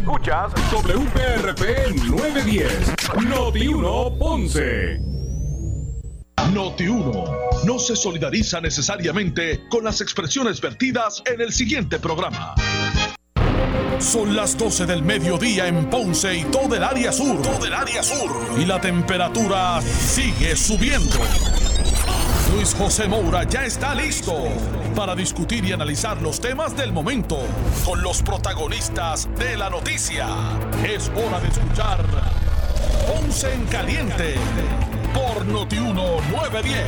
Escuchas WPRP 910, Noti1 Ponce. Noti1 no se solidariza necesariamente con las expresiones vertidas en el siguiente programa. Son las 12 del mediodía en Ponce y todo el área sur. Y la temperatura sigue subiendo. Luis José Moura ya está listo para discutir y analizar los temas del momento con los protagonistas de la noticia. Es hora de escuchar Ponce en Caliente por Noti1 910.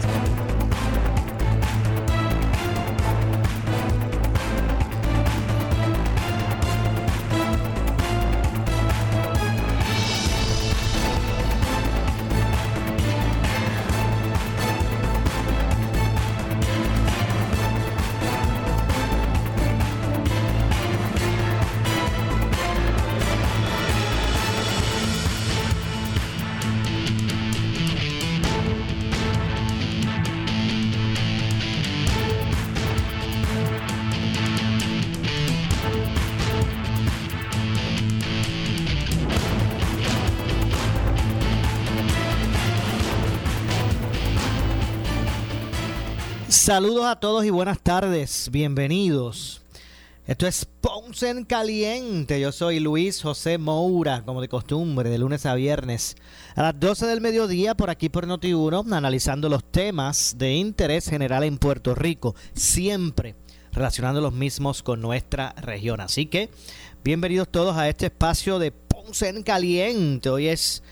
Saludos a todos y buenas tardes, bienvenidos. Esto es Ponce en Caliente, yo soy Luis José Moura, como de costumbre, de lunes a viernes a las 12 del mediodía por aquí por Noti1, analizando los temas de interés general en Puerto Rico, siempre relacionando los mismos con nuestra región. Así que, bienvenidos todos a este espacio de Ponce en Caliente. Hoy es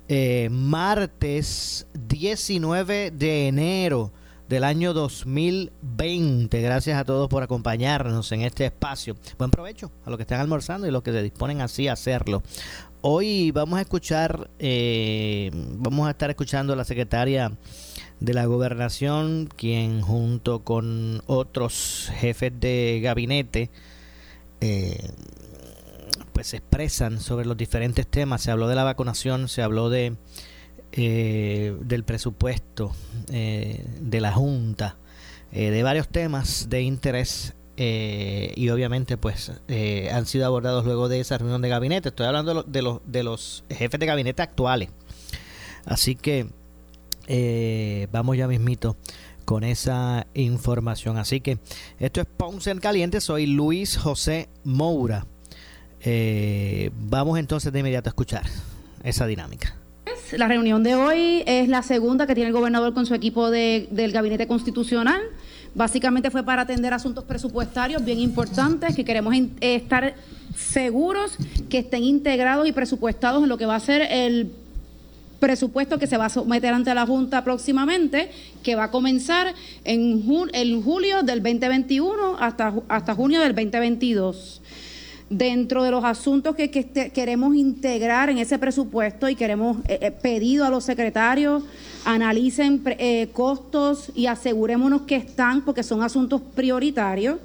martes 19 de enero del año 2020. Gracias a todos por acompañarnos en este espacio. Buen provecho a los que están almorzando y los que se disponen así a hacerlo. Hoy vamos a estar escuchando a la secretaria de la Gobernación, quien junto con otros jefes de gabinete pues se expresan sobre los diferentes temas. Se habló de la vacunación, se habló del presupuesto de la Junta, de varios temas de interés y obviamente pues han sido abordados luego de esa reunión de gabinete. Estoy hablando de los jefes de gabinete actuales, así que vamos ya mismito con esa información. Así que esto es Ponce en Caliente, soy Luis José Moura. Vamos entonces de inmediato a escuchar esa dinámica. La reunión de hoy es la segunda que tiene el gobernador con su equipo del Gabinete Constitucional. Básicamente fue para atender asuntos presupuestarios bien importantes que queremos estar seguros que estén integrados y presupuestados en lo que va a ser el presupuesto que se va a someter ante la Junta próximamente, que va a comenzar en julio del 2021 hasta junio del 2022. Dentro de los asuntos que queremos integrar en ese presupuesto y queremos pedido a los secretarios, analicen costos y asegurémonos que están, porque son asuntos prioritarios.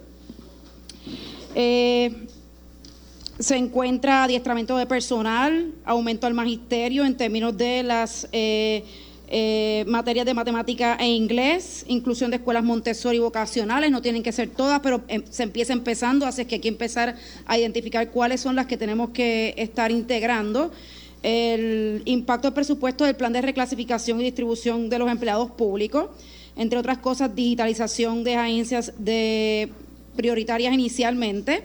Se encuentra adiestramiento de personal, aumento al magisterio en términos de las materias de matemática e inglés, inclusión de escuelas Montessori vocacionales, no tienen que ser todas, pero se empieza empezando, así que hay que empezar a identificar cuáles son las que tenemos que estar integrando. El impacto del presupuesto del plan de reclasificación y distribución de los empleados públicos, entre otras cosas, digitalización de agencias prioritarias inicialmente.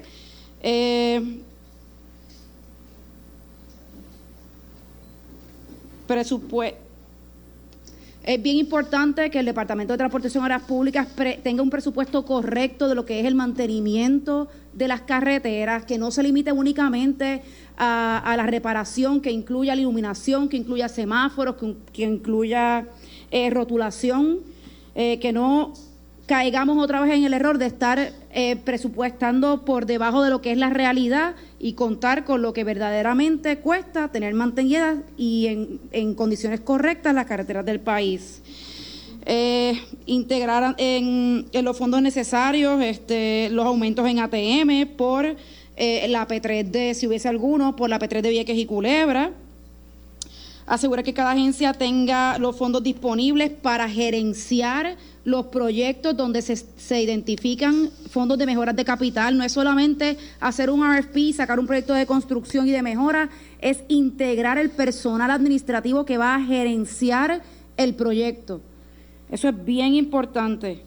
Es bien importante que el Departamento de Transportación y Obras Públicas tenga un presupuesto correcto de lo que es el mantenimiento de las carreteras, que no se limite únicamente a la reparación, que incluya la iluminación, que incluya semáforos, que incluya rotulación, que no caigamos otra vez en el error de estar presupuestando por debajo de lo que es la realidad y contar con lo que verdaderamente cuesta tener mantenidas y en condiciones correctas las carreteras del país. Integrar en los fondos necesarios los aumentos en ATM por la P3 si hubiese alguno, por la P3 de Vieques y Culebra. asegurar que cada agencia tenga los fondos disponibles para gerenciar los proyectos donde se identifican fondos de mejoras de capital. No es solamente hacer un RFP, sacar un proyecto de construcción y de mejora, es integrar el personal administrativo que va a gerenciar el proyecto. Eso es bien importante.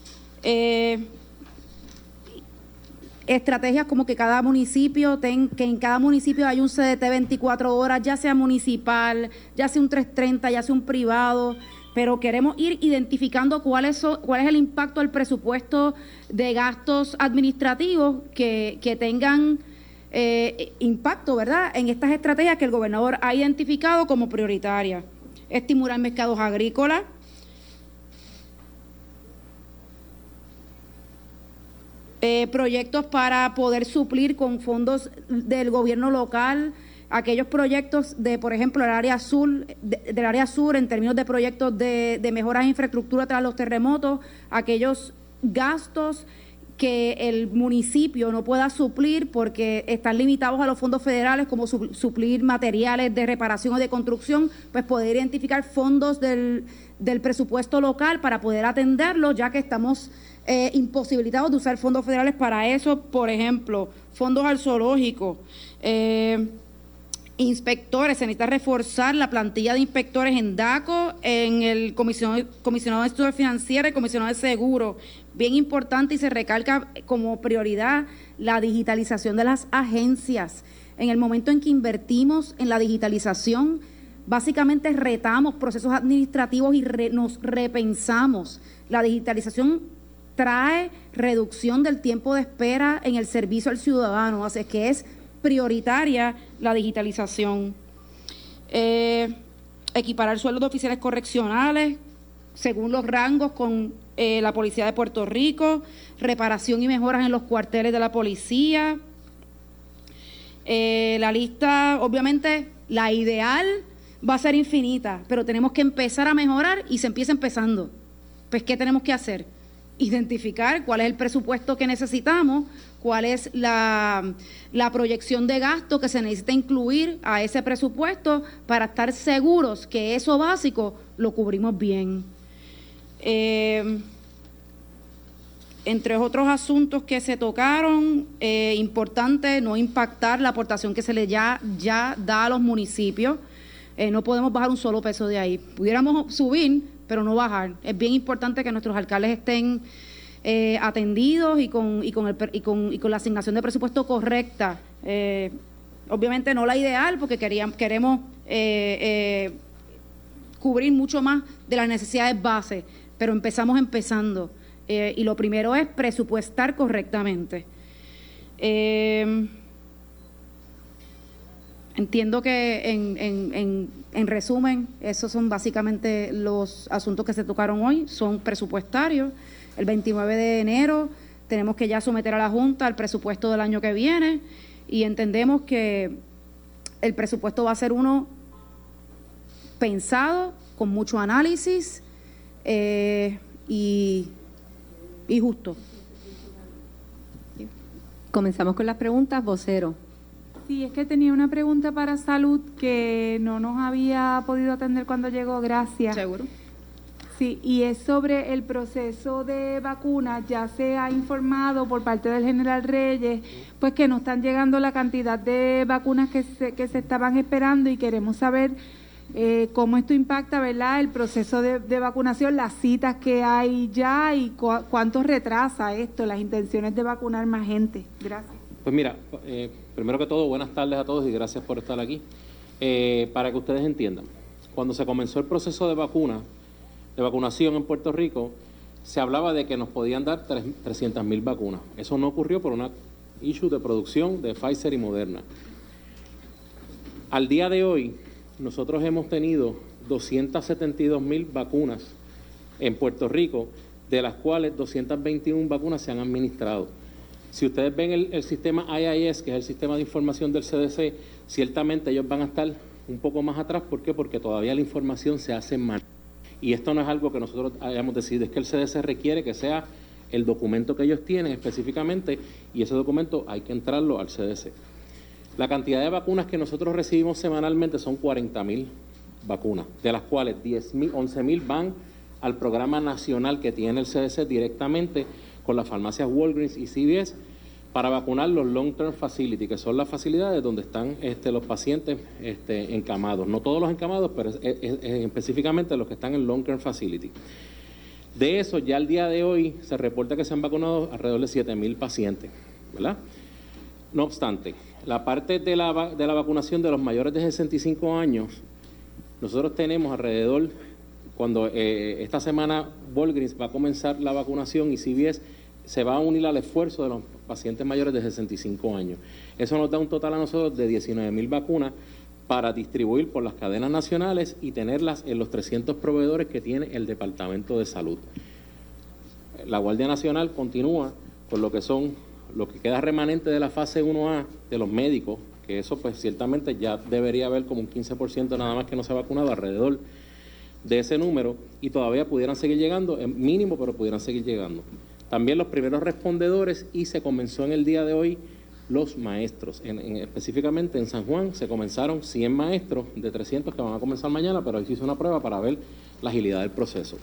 Estrategias como que cada municipio, que en cada municipio hay un CDT 24 horas, ya sea municipal, ya sea un 330, ya sea un privado, pero queremos ir identificando cuál es el impacto al presupuesto de gastos administrativos que tengan impacto, ¿verdad?, en estas estrategias que el gobernador ha identificado como prioritarias. Estimular mercados agrícolas, proyectos para poder suplir con fondos del gobierno local aquellos proyectos de, por ejemplo, del área sur en términos de proyectos de mejoras de infraestructura tras los terremotos, aquellos gastos que el municipio no pueda suplir porque están limitados a los fondos federales, como suplir materiales de reparación o de construcción, pues poder identificar fondos del presupuesto local para poder atenderlos, ya que estamos imposibilitados de usar fondos federales para eso. Por ejemplo, fondos al zoológico, inspectores, se necesita reforzar la plantilla de inspectores en DACO, en el comisionado de estudios financieros, el comisionado de seguro. Bien importante, y se recalca como prioridad la digitalización de las agencias. En el momento en que invertimos en la digitalización, básicamente retamos procesos administrativos y nos repensamos. La digitalización trae reducción del tiempo de espera en el servicio al ciudadano, así que es prioritaria la digitalización. Equiparar sueldos de oficiales correccionales según los rangos con la Policía de Puerto Rico, reparación y mejoras en los cuarteles de la policía. La lista, obviamente, la ideal va a ser infinita, pero tenemos que empezar a mejorar y se empieza empezando. Pues, ¿qué tenemos que hacer? Identificar cuál es el presupuesto que necesitamos, cuál es la proyección de gasto que se necesita incluir a ese presupuesto para estar seguros que eso básico lo cubrimos bien. Entre otros asuntos que se tocaron, importante no impactar la aportación que se le ya da a los municipios. No podemos bajar un solo peso de ahí. Pudiéramos subir, pero no bajar. Es bien importante que nuestros alcaldes estén atendidos y con la asignación de presupuesto correcta. Obviamente no la ideal, porque queremos cubrir mucho más de las necesidades base, pero empezando. Y lo primero es presupuestar correctamente. Entiendo que en resumen, esos son básicamente los asuntos que se tocaron hoy, son presupuestarios. El 29 de enero tenemos que ya someter a la Junta el presupuesto del año que viene y entendemos que el presupuesto va a ser uno pensado, con mucho análisis y justo. Comenzamos con las preguntas. Vocero. Sí, es que tenía una pregunta para salud que no nos había podido atender cuando llegó. Gracias. ¿Seguro? Sí, y es sobre el proceso de vacunas. Ya se ha informado por parte del general Reyes, pues que no están llegando la cantidad de vacunas que se estaban esperando, y queremos saber cómo esto impacta, ¿verdad?, el proceso de vacunación, las citas que hay ya y cuánto retrasa esto, las intenciones de vacunar más gente. Gracias. Pues mira, primero que todo, buenas tardes a todos y gracias por estar aquí. Para que ustedes entiendan, cuando se comenzó el proceso de vacunación en Puerto Rico, se hablaba de que nos podían dar 300,000 vacunas. Eso no ocurrió por una issue de producción de Pfizer y Moderna. Al día de hoy, nosotros hemos tenido 272,000 vacunas en Puerto Rico, de las cuales 221 vacunas se han administrado. Si ustedes ven el sistema IIS, que es el sistema de información del CDC, ciertamente ellos van a estar un poco más atrás. ¿Por qué? Porque todavía la información se hace mal. Y esto no es algo que nosotros hayamos decidido, es que el CDC requiere que sea el documento que ellos tienen específicamente, y ese documento hay que entrarlo al CDC. La cantidad de vacunas que nosotros recibimos semanalmente son 40,000 vacunas, de las cuales 11,000 van al programa nacional que tiene el CDC directamente con las farmacias Walgreens y CVS para vacunar los long-term facility, que son las facilidades donde están los pacientes encamados. No todos los encamados, pero específicamente los que están en long-term facility. De eso, ya al día de hoy se reporta que se han vacunado alrededor de 7,000 pacientes, ¿verdad? No obstante, la parte de la vacunación de los mayores de 65 años, nosotros tenemos alrededor, cuando esta semana Walgreens va a comenzar la vacunación y CVS se va a unir al esfuerzo de los pacientes mayores de 65 años. Eso nos da un total a nosotros de 19,000 vacunas para distribuir por las cadenas nacionales y tenerlas en los 300 proveedores que tiene el Departamento de Salud. La Guardia Nacional continúa con lo que queda remanente de la fase 1A de los médicos, que eso pues ciertamente ya debería haber como un 15% nada más que no se ha vacunado alrededor de ese número y todavía pudieran seguir llegando, mínimo, pero pudieran seguir llegando. También los primeros respondedores y se comenzó en el día de hoy los maestros. Específicamente en San Juan se comenzaron 100 maestros de 300 que van a comenzar mañana, pero hoy se hizo una prueba para ver la agilidad del proceso.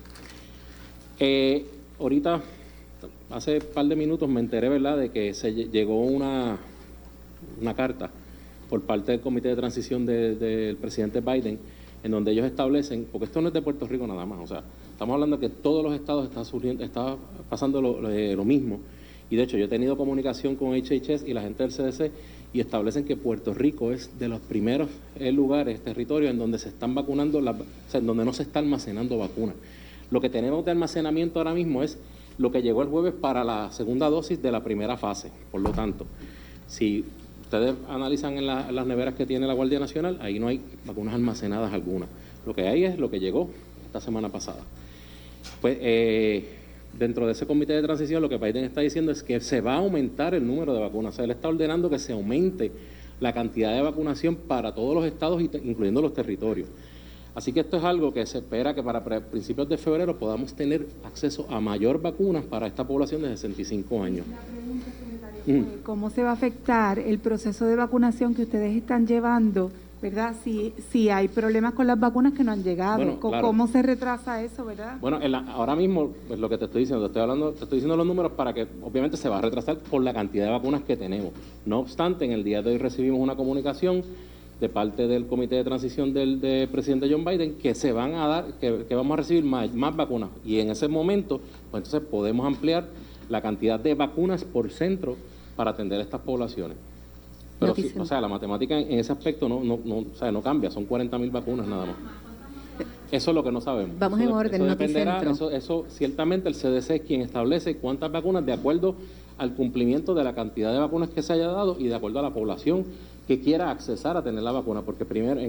Ahorita, hace un par de minutos me enteré, ¿verdad?, de que se llegó una carta por parte del Comité de Transición del presidente Biden, en donde ellos establecen, porque esto no es de Puerto Rico nada más, o sea, estamos hablando de que todos los estados está pasando lo mismo. Y de hecho yo he tenido comunicación con HHS y la gente del CDC y establecen que Puerto Rico es de los primeros lugares, territorios en donde se están vacunando, en donde no se está almacenando vacunas. Lo que tenemos de almacenamiento ahora mismo es lo que llegó el jueves para la segunda dosis de la primera fase. Por lo tanto, si ustedes analizan en las neveras que tiene la Guardia Nacional, ahí no hay vacunas almacenadas algunas. Lo que hay es lo que llegó esta semana pasada. Pues dentro de ese comité de transición lo que Biden está diciendo es que se va a aumentar el número de vacunas. O sea, él está ordenando que se aumente la cantidad de vacunación para todos los estados, incluyendo los territorios. Así que esto es algo que se espera que para principios de febrero podamos tener acceso a mayor vacunas para esta población de 65 años. La pregunta, secretario, ¿cómo se va a afectar el proceso de vacunación que ustedes están llevando, verdad? Si hay problemas con las vacunas que no han llegado, bueno, claro. ¿Cómo se retrasa eso, verdad? Bueno, ahora mismo, pues lo que te estoy diciendo, te estoy diciendo los números para que obviamente se va a retrasar por la cantidad de vacunas que tenemos. No obstante, en el día de hoy recibimos una comunicación de parte del Comité de Transición del presidente John Biden que se van a dar, que vamos a recibir más vacunas. Y en ese momento, pues entonces podemos ampliar la cantidad de vacunas por centro para atender a estas poblaciones. Pero sí, o sea, la matemática en ese aspecto no cambia, son 40,000 vacunas nada más. Eso es lo que no sabemos. Vamos en orden, eso dependerá, eso ciertamente el CDC es quien establece cuántas vacunas de acuerdo al cumplimiento de la cantidad de vacunas que se haya dado y de acuerdo a la población que quiera accesar a tener la vacuna, porque primero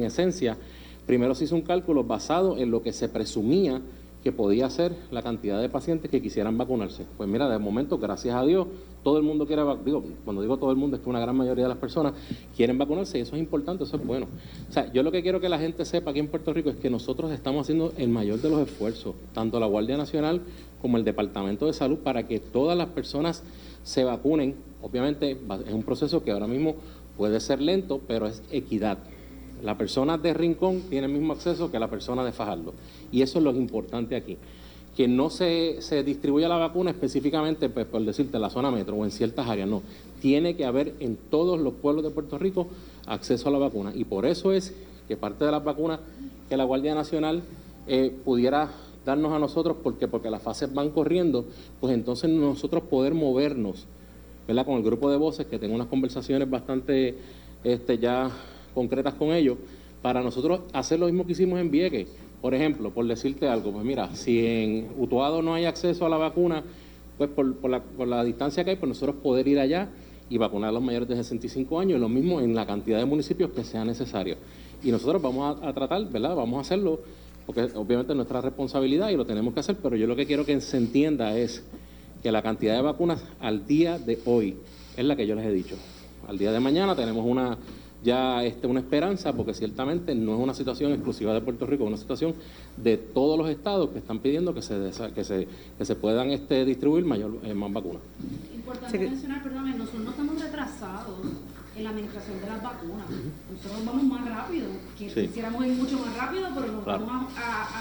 se hizo un cálculo basado en lo que se presumía que podía ser la cantidad de pacientes que quisieran vacunarse. Pues mira, de momento, gracias a Dios, todo el mundo quiere cuando digo todo el mundo es que una gran mayoría de las personas quieren vacunarse y eso es importante, eso es bueno. O sea, yo lo que quiero que la gente sepa aquí en Puerto Rico es que nosotros estamos haciendo el mayor de los esfuerzos, tanto la Guardia Nacional como el Departamento de Salud, para que todas las personas se vacunen. Obviamente es un proceso que ahora mismo puede ser lento, pero es equidad. La persona de Rincón tiene el mismo acceso que la persona de Fajardo. Y eso es lo importante aquí. Que no se distribuya la vacuna específicamente, pues, por decirte, en la zona metro o en ciertas áreas. No. Tiene que haber en todos los pueblos de Puerto Rico acceso a la vacuna. Y por eso es que parte de las vacunas que la Guardia Nacional pudiera darnos a nosotros, porque las fases van corriendo, pues entonces nosotros poder movernos, ¿verdad?, con el grupo de voces, que tengo unas conversaciones bastante ya concretas con ellos, para nosotros hacer lo mismo que hicimos en Vieques. Por ejemplo, por decirte algo, pues mira, si en Utuado no hay acceso a la vacuna, pues por la distancia que hay, pues nosotros poder ir allá y vacunar a los mayores de 65 años, y lo mismo en la cantidad de municipios que sea necesario. Y nosotros vamos a tratar, ¿verdad?, vamos a hacerlo, porque obviamente es nuestra responsabilidad y lo tenemos que hacer, pero yo lo que quiero que se entienda es que la cantidad de vacunas al día de hoy es la que yo les he dicho. Al día de mañana tenemos una esperanza, porque ciertamente no es una situación exclusiva de Puerto Rico, es una situación de todos los estados que están pidiendo que se puedan distribuir más vacunas. Importante mencionar, perdón, nosotros no estamos retrasados en la administración de las vacunas. Nosotros vamos más rápido, quisiéramos ir mucho más rápido, pero nos estamos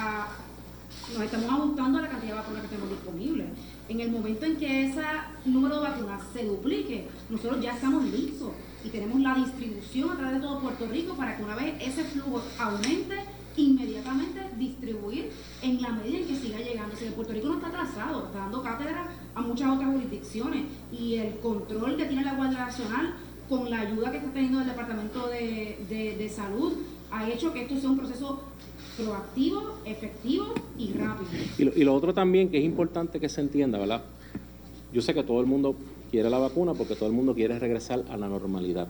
ajustando a la cantidad de vacunas que tenemos disponibles. En el momento en que ese número de vacunas se duplique, nosotros ya estamos listos y tenemos la distribución a través de todo Puerto Rico para que una vez ese flujo aumente, inmediatamente distribuir en la medida en que siga llegando. Si Puerto Rico no está atrasado, está dando cátedra a muchas otras jurisdicciones, y el control que tiene la Guardia Nacional con la ayuda que está teniendo el Departamento de Salud ha hecho que esto sea un proceso proactivo, efectivo y rápido. Y lo otro también que es importante que se entienda, ¿verdad? Yo sé que todo el mundo quiere la vacuna porque todo el mundo quiere regresar a la normalidad.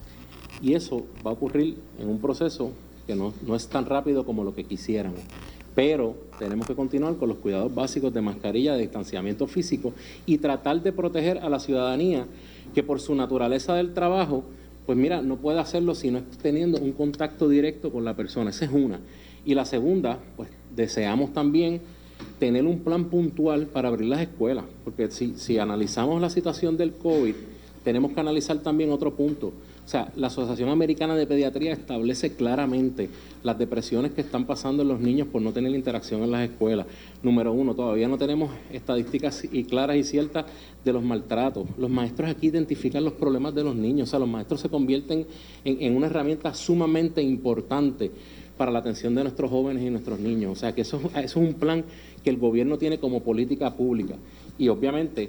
Y eso va a ocurrir en un proceso que no es tan rápido como lo que quisiéramos. Pero tenemos que continuar con los cuidados básicos de mascarilla, de distanciamiento físico y tratar de proteger a la ciudadanía que por su naturaleza del trabajo, pues mira, no puede hacerlo si no es teniendo un contacto directo con la persona. Esa es una. Y la segunda, pues deseamos también tener un plan puntual para abrir las escuelas, porque si analizamos la situación del COVID, tenemos que analizar también otro punto. O sea, la Asociación Americana de Pediatría establece claramente las depresiones que están pasando en los niños por no tener interacción en las escuelas. Número uno, todavía no tenemos estadísticas claras y ciertas de los maltratos. Los maestros aquí identifican los problemas de los niños. O sea, los maestros se convierten en una herramienta sumamente importante para la atención de nuestros jóvenes y nuestros niños. O sea, que eso es un plan que el gobierno tiene como política pública. Y obviamente,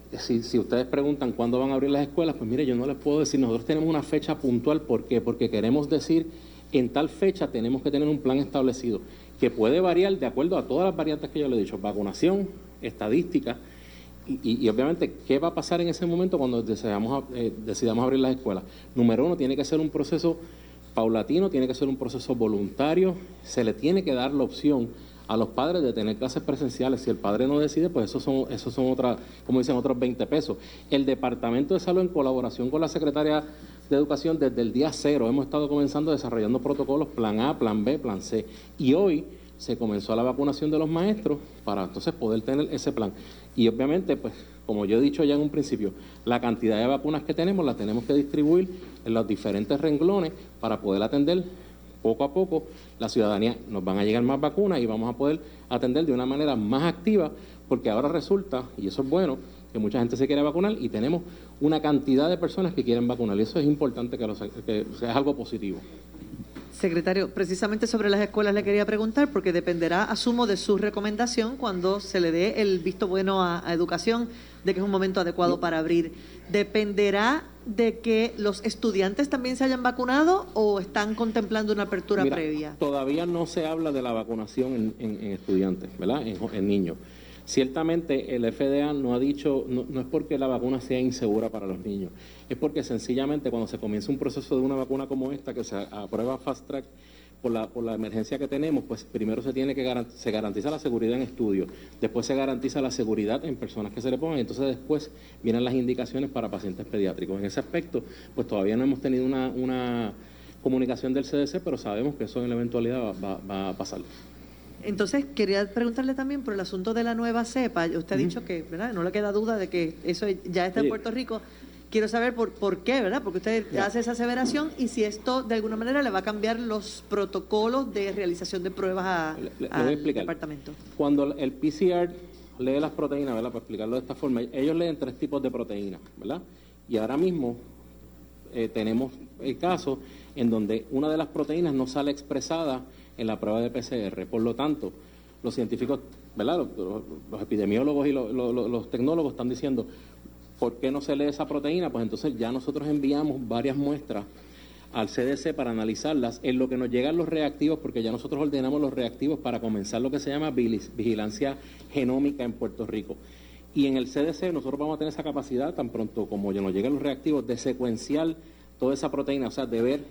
si ustedes preguntan cuándo van a abrir las escuelas, pues mire, yo no les puedo decir. Nosotros tenemos una fecha puntual. ¿Por qué? Porque queremos decir, en tal fecha tenemos que tener un plan establecido, que puede variar de acuerdo a todas las variantes que yo le he dicho: vacunación, estadística, y obviamente, ¿qué va a pasar en ese momento cuando decidamos abrir las escuelas? Número uno, tiene que ser un proceso paulatino, tiene que ser un proceso voluntario, se le tiene que dar la opción a los padres de tener clases presenciales. Si el padre no decide, pues esos son otras, como dicen, otros 20 pesos. El Departamento de Salud, en colaboración con la Secretaría de Educación, desde el día 0 hemos estado comenzando desarrollando protocolos, plan A, plan B, plan C. Y hoy se comenzó la vacunación de los maestros para entonces poder tener ese plan. Y obviamente, pues, como yo he dicho ya en un principio, la cantidad de vacunas que tenemos la tenemos que distribuir en los diferentes renglones para poder atender poco a poco la ciudadanía. Nos van a llegar más vacunas y vamos a poder atender de una manera más activa, porque ahora resulta, y eso es bueno, que mucha gente se quiere vacunar y tenemos una cantidad de personas que quieren vacunar, y eso es importante que sea algo positivo. Secretario, precisamente sobre las escuelas le quería preguntar, porque dependerá, asumo, de su recomendación cuando se le dé el visto bueno a educación, de que es un momento adecuado para abrir. ¿Dependerá de que los estudiantes también se hayan vacunado o están contemplando una apertura previa? Todavía no se habla de la vacunación en estudiantes, ¿verdad? En niños. Ciertamente el FDA no ha dicho, no es porque la vacuna sea insegura para los niños, es porque sencillamente cuando se comienza un proceso de una vacuna como esta, que se aprueba fast track por la emergencia que tenemos, pues primero se garantiza la seguridad en estudios, después se garantiza la seguridad en personas que se le pongan, y entonces después vienen las indicaciones para pacientes pediátricos. En ese aspecto, pues todavía no hemos tenido una comunicación del CDC, pero sabemos que eso en la eventualidad va a pasar. Entonces, quería preguntarle también por el asunto de la nueva cepa. Usted ha dicho que, ¿verdad?, no le queda duda de que eso ya está en Puerto Rico. Quiero saber por qué, ¿verdad? Porque usted hace esa aseveración, y si esto de alguna manera le va a cambiar los protocolos de realización de pruebas al departamento. Cuando el PCR lee las proteínas, ¿verdad?, para explicarlo de esta forma, ellos leen 3 tipos de proteínas, ¿verdad? Y ahora mismo tenemos el caso en donde una de las proteínas no sale expresada en la prueba de PCR. Por lo tanto, los científicos, ¿verdad?, los epidemiólogos y los tecnólogos están diciendo, ¿por qué no se lee esa proteína? Pues entonces ya nosotros enviamos varias muestras al CDC para analizarlas, en lo que nos llegan los reactivos, porque ya nosotros ordenamos los reactivos para comenzar lo que se llama vigilancia genómica en Puerto Rico. Y en el CDC nosotros vamos a tener esa capacidad, tan pronto como ya nos lleguen los reactivos, de secuenciar toda esa proteína, o sea, de ver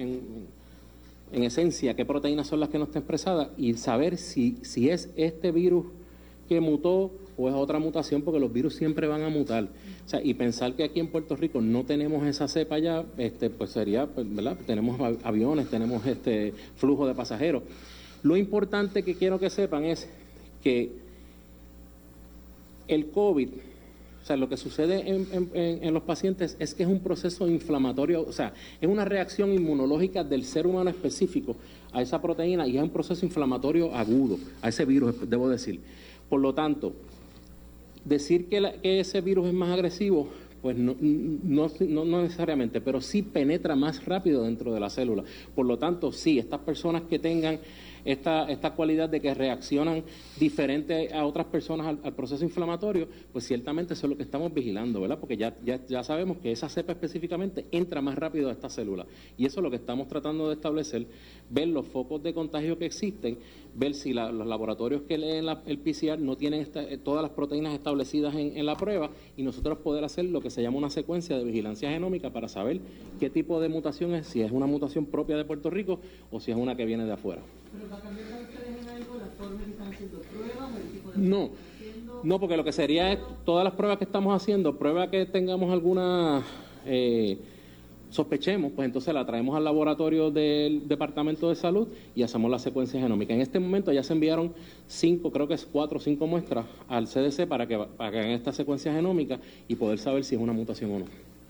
en esencia qué proteínas son las que no están expresadas y saber si es este virus que mutó o es otra mutación, porque los virus siempre van a mutar. O sea, y pensar que aquí en Puerto Rico no tenemos esa cepa ya, pues sería, ¿verdad? Tenemos aviones, tenemos flujo de pasajeros. Lo importante que quiero que sepan es que el COVID O sea, lo que sucede en los pacientes es que es un proceso inflamatorio, o sea, es una reacción inmunológica del ser humano específico a esa proteína y es un proceso inflamatorio agudo, a ese virus, debo decir. Por lo tanto, decir que ese virus es más agresivo, pues no necesariamente, pero sí penetra más rápido dentro de la célula. Por lo tanto, sí, estas personas que tengan esta cualidad de que reaccionan diferente a otras personas al proceso inflamatorio, pues ciertamente eso es lo que estamos vigilando, ¿verdad? Porque ya sabemos que esa cepa específicamente entra más rápido a esta célula. Y eso es lo que estamos tratando de establecer, ver los focos de contagio que existen, ver si los laboratorios que leen el PCR no tienen todas las proteínas establecidas en la prueba y nosotros poder hacer lo que se llama una secuencia de vigilancia genómica para saber qué tipo de mutación es, si es una mutación propia de Puerto Rico o si es una que viene de afuera. ¿Pero va a cambiar para ustedes en algo la forma que están haciendo pruebas o el tipo de No, porque lo que sería es todas las pruebas que estamos haciendo, prueba que tengamos alguna... sospechemos, pues entonces la traemos al laboratorio del Departamento de Salud y hacemos la secuencia genómica. En este momento ya se enviaron 4 o 5 muestras al CDC para que hagan esta secuencia genómica y poder saber si es una mutación o no.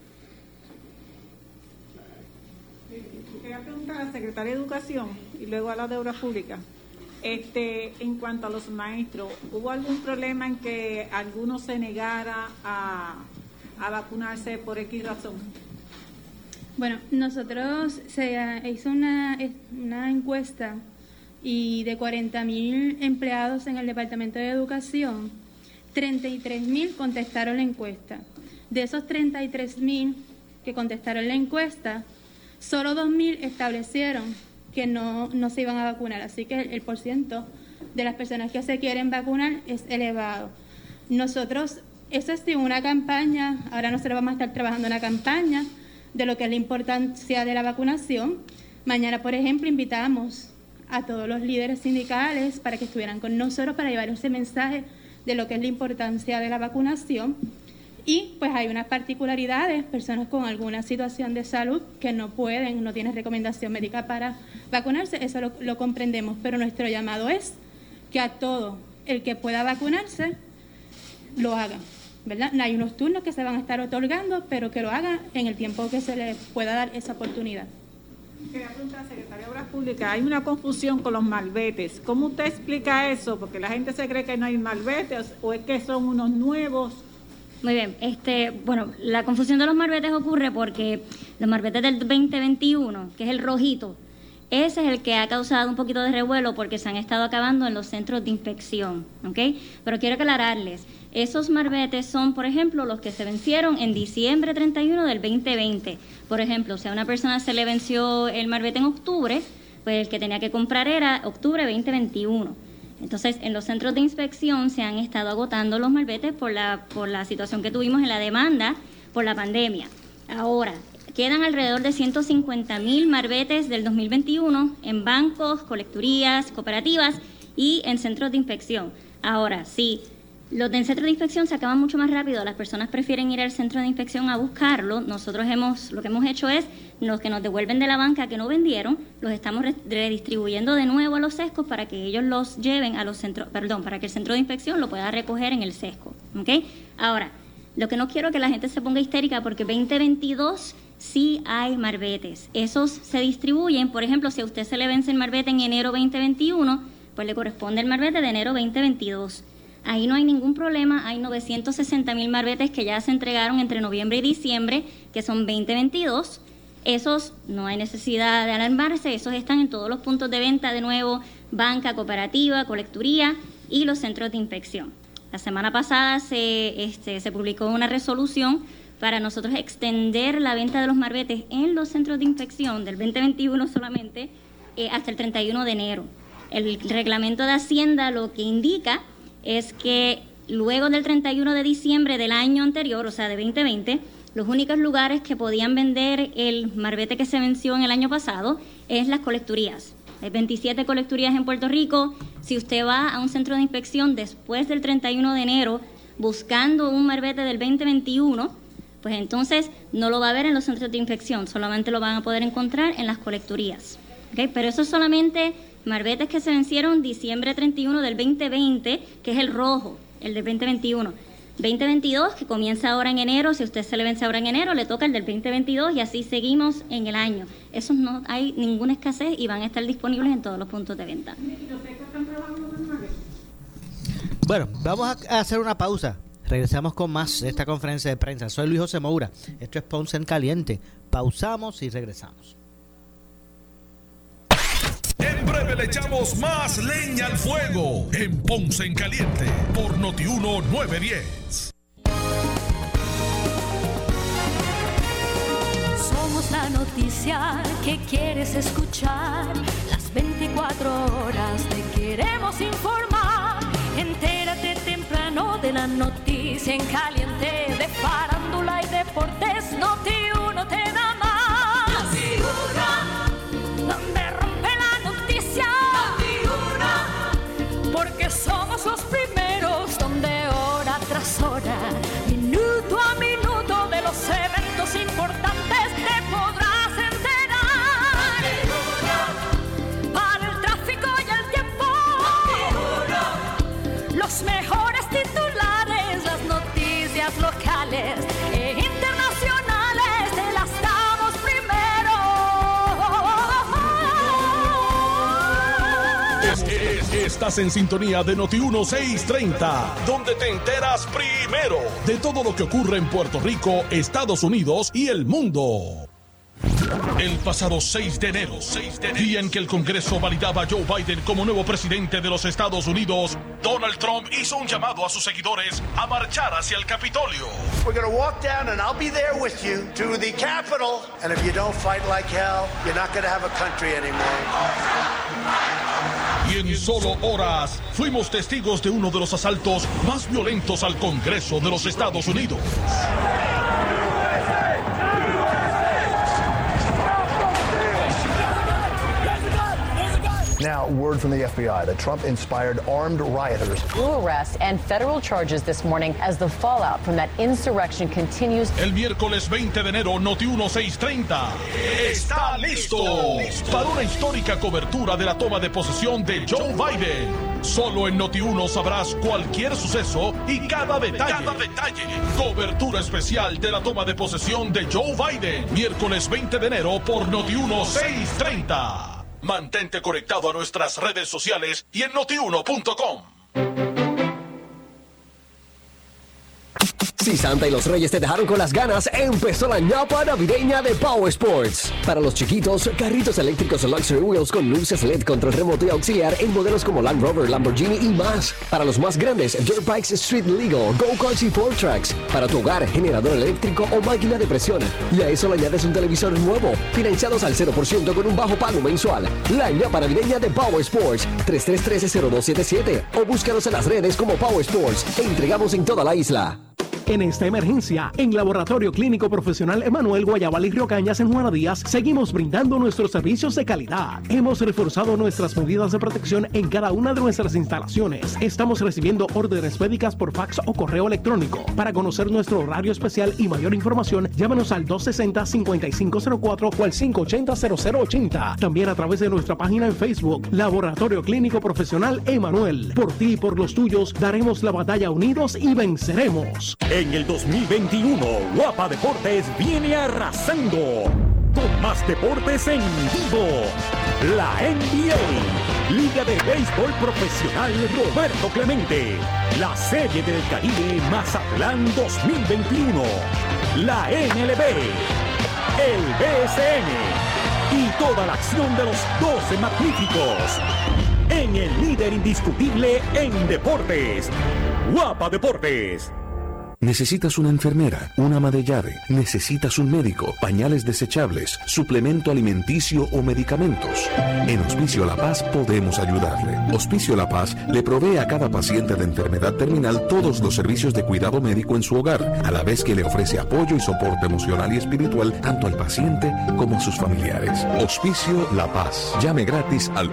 Quería preguntar a la Secretaria de Educación y luego a la de Obras Públicas. En cuanto a los maestros, ¿hubo algún problema en que alguno se negara a vacunarse por X razón? Bueno, nosotros se hizo una encuesta y de 40.000 empleados en el Departamento de Educación, 33.000 contestaron la encuesta. De esos 33.000 que contestaron la encuesta, solo 2.000 establecieron que no se iban a vacunar, así que el porciento de las personas que se quieren vacunar es elevado. Nosotros, eso es una campaña, ahora nosotros vamos a estar trabajando en una campaña de lo que es la importancia de la vacunación. Mañana, por ejemplo, invitamos a todos los líderes sindicales para que estuvieran con nosotros para llevar ese mensaje de lo que es la importancia de la vacunación. Y pues hay unas particularidades, personas con alguna situación de salud que no tienen recomendación médica para vacunarse, eso lo comprendemos, pero nuestro llamado es que a todo el que pueda vacunarse lo haga, ¿verdad? Hay unos turnos que se van a estar otorgando, pero que lo hagan en el tiempo que se les pueda dar esa oportunidad. Quería preguntar a la Secretaria de Obras Públicas, hay una confusión con los malbetes. ¿Cómo usted explica eso? Porque la gente se cree que no hay malbetes o es que son unos nuevos. Muy bien, bueno, la confusión de los malbetes ocurre porque los malbetes del 2021, que es el rojito, ese es el que ha causado un poquito de revuelo porque se han estado acabando en los centros de inspección, ¿ok? Pero quiero aclararles, esos malbetes son, por ejemplo, los que se vencieron en diciembre 31 del 2020. Por ejemplo, si a una persona se le venció el malvete en octubre, pues el que tenía que comprar era octubre 2021. Entonces, en los centros de inspección se han estado agotando los malbetes por la situación que tuvimos en la demanda por la pandemia. Ahora, quedan alrededor de 150,000 malbetes del 2021 en bancos, colecturías, cooperativas y en centros de inspección. Ahora, sí, los del centro de inspección se acaban mucho más rápido, las personas prefieren ir al centro de inspección a buscarlo. Nosotros lo que hemos hecho es, los que nos devuelven de la banca que no vendieron, los estamos redistribuyendo de nuevo a los sescos para que ellos los lleven a los centros, para que el centro de inspección lo pueda recoger en el sesco, ¿ok? Ahora, lo que no quiero es que la gente se ponga histérica porque 2022 sí hay malbetes. Esos se distribuyen, por ejemplo, si a usted se le vence el malvete en enero 2021, pues le corresponde el malvete de enero 2022. Ahí no hay ningún problema, hay 960,000 malbetes que ya se entregaron entre noviembre y diciembre, que son 2022. Esos no hay necesidad de alarmarse, esos están en todos los puntos de venta, de nuevo, banca, cooperativa, colecturía y los centros de inspección. La semana pasada se publicó una resolución para nosotros extender la venta de los malbetes en los centros de inspección del 2021 solamente hasta el 31 de enero. El reglamento de Hacienda lo que indica es que luego del 31 de diciembre del año anterior, o sea, de 2020, los únicos lugares que podían vender el malvete que se venció en el año pasado es las colecturías. Hay 27 colecturías en Puerto Rico. Si usted va a un centro de inspección después del 31 de enero buscando un malvete del 2021, pues entonces no lo va a ver en los centros de inspección, solamente lo van a poder encontrar en las colecturías. ¿Okay? Pero eso es solamente malbetes que se vencieron diciembre 31 del 2020, que es el rojo, el del 2021. 2022, que comienza ahora en enero. Si usted se le vence ahora en enero, le toca el del 2022 y así seguimos en el año. Esos no hay ninguna escasez y van a estar disponibles en todos los puntos de venta. Bueno, vamos a hacer una pausa. Regresamos con más de esta conferencia de prensa. Soy Luis José Moura. Esto es Ponce en Caliente. Pausamos y regresamos. En breve le echamos más leña al fuego en Ponce en Caliente por Noti1 910. Somos la noticia que quieres escuchar. Las 24 horas te queremos informar. Entérate temprano de la noticia en caliente. De farándula y deportes, Noti1 te da más. Noti1, donde rompe la noticia. Noti1, porque somos los primeros, donde hora tras hora, minuto a minuto, de los eventos importantes te podrás enterar. Noti1, para el tráfico y el tiempo. Noti1, los mejores titulares, las noticias locales e internacionales, te las damos primero. Estás en sintonía de Noti1 630, donde te enteras primero de todo lo que ocurre en Puerto Rico, Estados Unidos y el mundo. El pasado 6 de enero, día en que el Congreso validaba a Joe Biden como nuevo presidente de los Estados Unidos, Donald Trump hizo un llamado a sus seguidores a marchar hacia el Capitolio. We're going to walk down and I'll be there with you to the Capitol. And if you don't fight like hell, you're not going to have a country anymore. Y en solo horas fuimos testigos de uno de los asaltos más violentos al Congreso de los Estados Unidos. Now, word from the FBI that Trump-inspired armed rioters. New arrests and federal charges this morning as the fallout from that insurrection continues. El miércoles 20 de enero, Noti1 630 está listo para una histórica cobertura de la toma de posesión de Joe Biden. Solo en Noti1 sabrás cualquier suceso y cada detalle. Cobertura especial de la toma de posesión de Joe Biden. Miércoles 20 de enero por Noti1 630. Mantente conectado a nuestras redes sociales y en notiuno.com. Si Santa y los Reyes te dejaron con las ganas, empezó la ñapa navideña de Power Sports. Para los chiquitos, carritos eléctricos Luxury Wheels con luces LED, control remoto y auxiliar en modelos como Land Rover, Lamborghini y más. Para los más grandes, Dirt Bikes Street Legal, Go-Karts y 4Tracks. Para tu hogar, generador eléctrico o máquina de presión. Y a eso le añades un televisor nuevo, financiados al 0% con un bajo pago mensual. La ñapa navideña de Power Sports, 3313-0277. O búscanos en las redes como Power Sports. Entregamos en toda la isla. En esta emergencia, en Laboratorio Clínico Profesional Emanuel Guayabal y Río Cañas en Juana Díaz, seguimos brindando nuestros servicios de calidad. Hemos reforzado nuestras medidas de protección en cada una de nuestras instalaciones. Estamos recibiendo órdenes médicas por fax o correo electrónico. Para conocer nuestro horario especial y mayor información, llámanos al 260-5504 o al 580-0080. También a través de nuestra página en Facebook, Laboratorio Clínico Profesional Emanuel. Por ti y por los tuyos, daremos la batalla unidos y venceremos. En el 2021, Guapa Deportes viene arrasando con más deportes en vivo. La NBA, Liga de Béisbol Profesional Roberto Clemente, la Serie del Caribe Mazatlán 2021, la MLB, el BSN y toda la acción de los 12 magníficos en el líder indiscutible en deportes, Guapa Deportes. ¿Necesitas una enfermera, una ama de llave? ¿Necesitas un médico, pañales desechables, suplemento alimenticio o medicamentos? En Hospicio La Paz podemos ayudarle. Hospicio La Paz le provee a cada paciente de enfermedad terminal todos los servicios de cuidado médico en su hogar, a la vez que le ofrece apoyo y soporte emocional y espiritual tanto al paciente como a sus familiares. Hospicio La Paz. Llame gratis al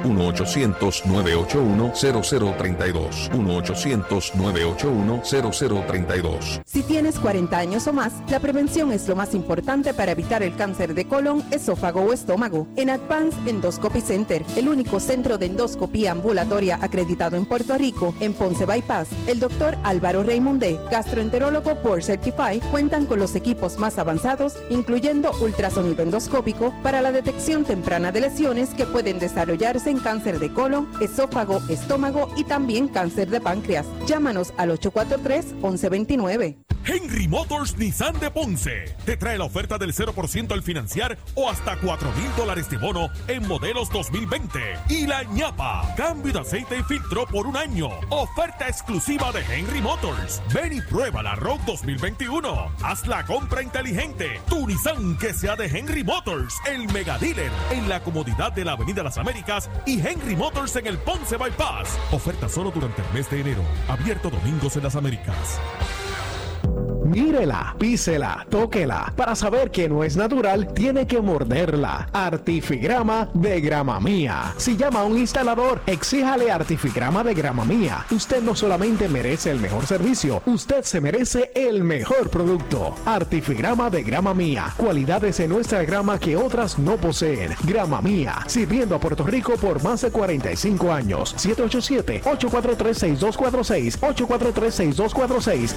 1-800-981-0032. 1-800-981-0032. Si tienes 40 años o más, la prevención es lo más importante para evitar el cáncer de colon, esófago o estómago. En Advanced Endoscopy Center, el único centro de endoscopía ambulatoria acreditado en Puerto Rico, en Ponce Bypass, el doctor Álvaro Raymondé, gastroenterólogo Board Certified, cuentan con los equipos más avanzados, incluyendo ultrasonido endoscópico para la detección temprana de lesiones que pueden desarrollarse en cáncer de colon, esófago, estómago y también cáncer de páncreas. Llámanos al 843-1129. Henry Motors Nissan de Ponce te trae la oferta del 0% al financiar o hasta $4,000 de bono en modelos 2020. Y la ñapa, cambio de aceite y filtro por un año. Oferta exclusiva de Henry Motors. Ven y prueba la Rogue 2021. Haz la compra inteligente. Tu Nissan que sea de Henry Motors, el mega dealer en la comodidad de la Avenida Las Américas y Henry Motors en el Ponce Bypass. Oferta solo durante el mes de enero. Abierto domingos en Las Américas. Mírela, písela, tóquela. Para saber que no es natural, tiene que morderla. Artifigrama de Grama Mía. Si llama a un instalador, exíjale Artifigrama de Grama Mía. Usted no solamente merece el mejor servicio, usted se merece el mejor producto. Artifigrama de Grama Mía. Cualidades en nuestra grama que otras no poseen. Grama Mía. Sirviendo a Puerto Rico por más de 45 años. 787-843-6246. 843-6246.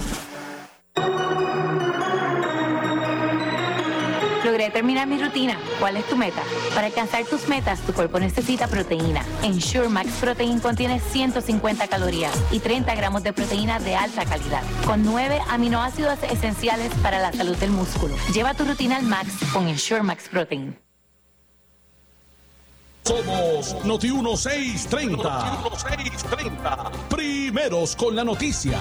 Logré terminar mi rutina. ¿Cuál es tu meta? Para alcanzar tus metas, tu cuerpo necesita proteína. Ensure Max Protein contiene 150 calorías y 30 gramos de proteína de alta calidad, con 9 aminoácidos esenciales para la salud del músculo. Lleva tu rutina al max con Ensure Max Protein. Somos Noti 1630. Primeros con la noticia.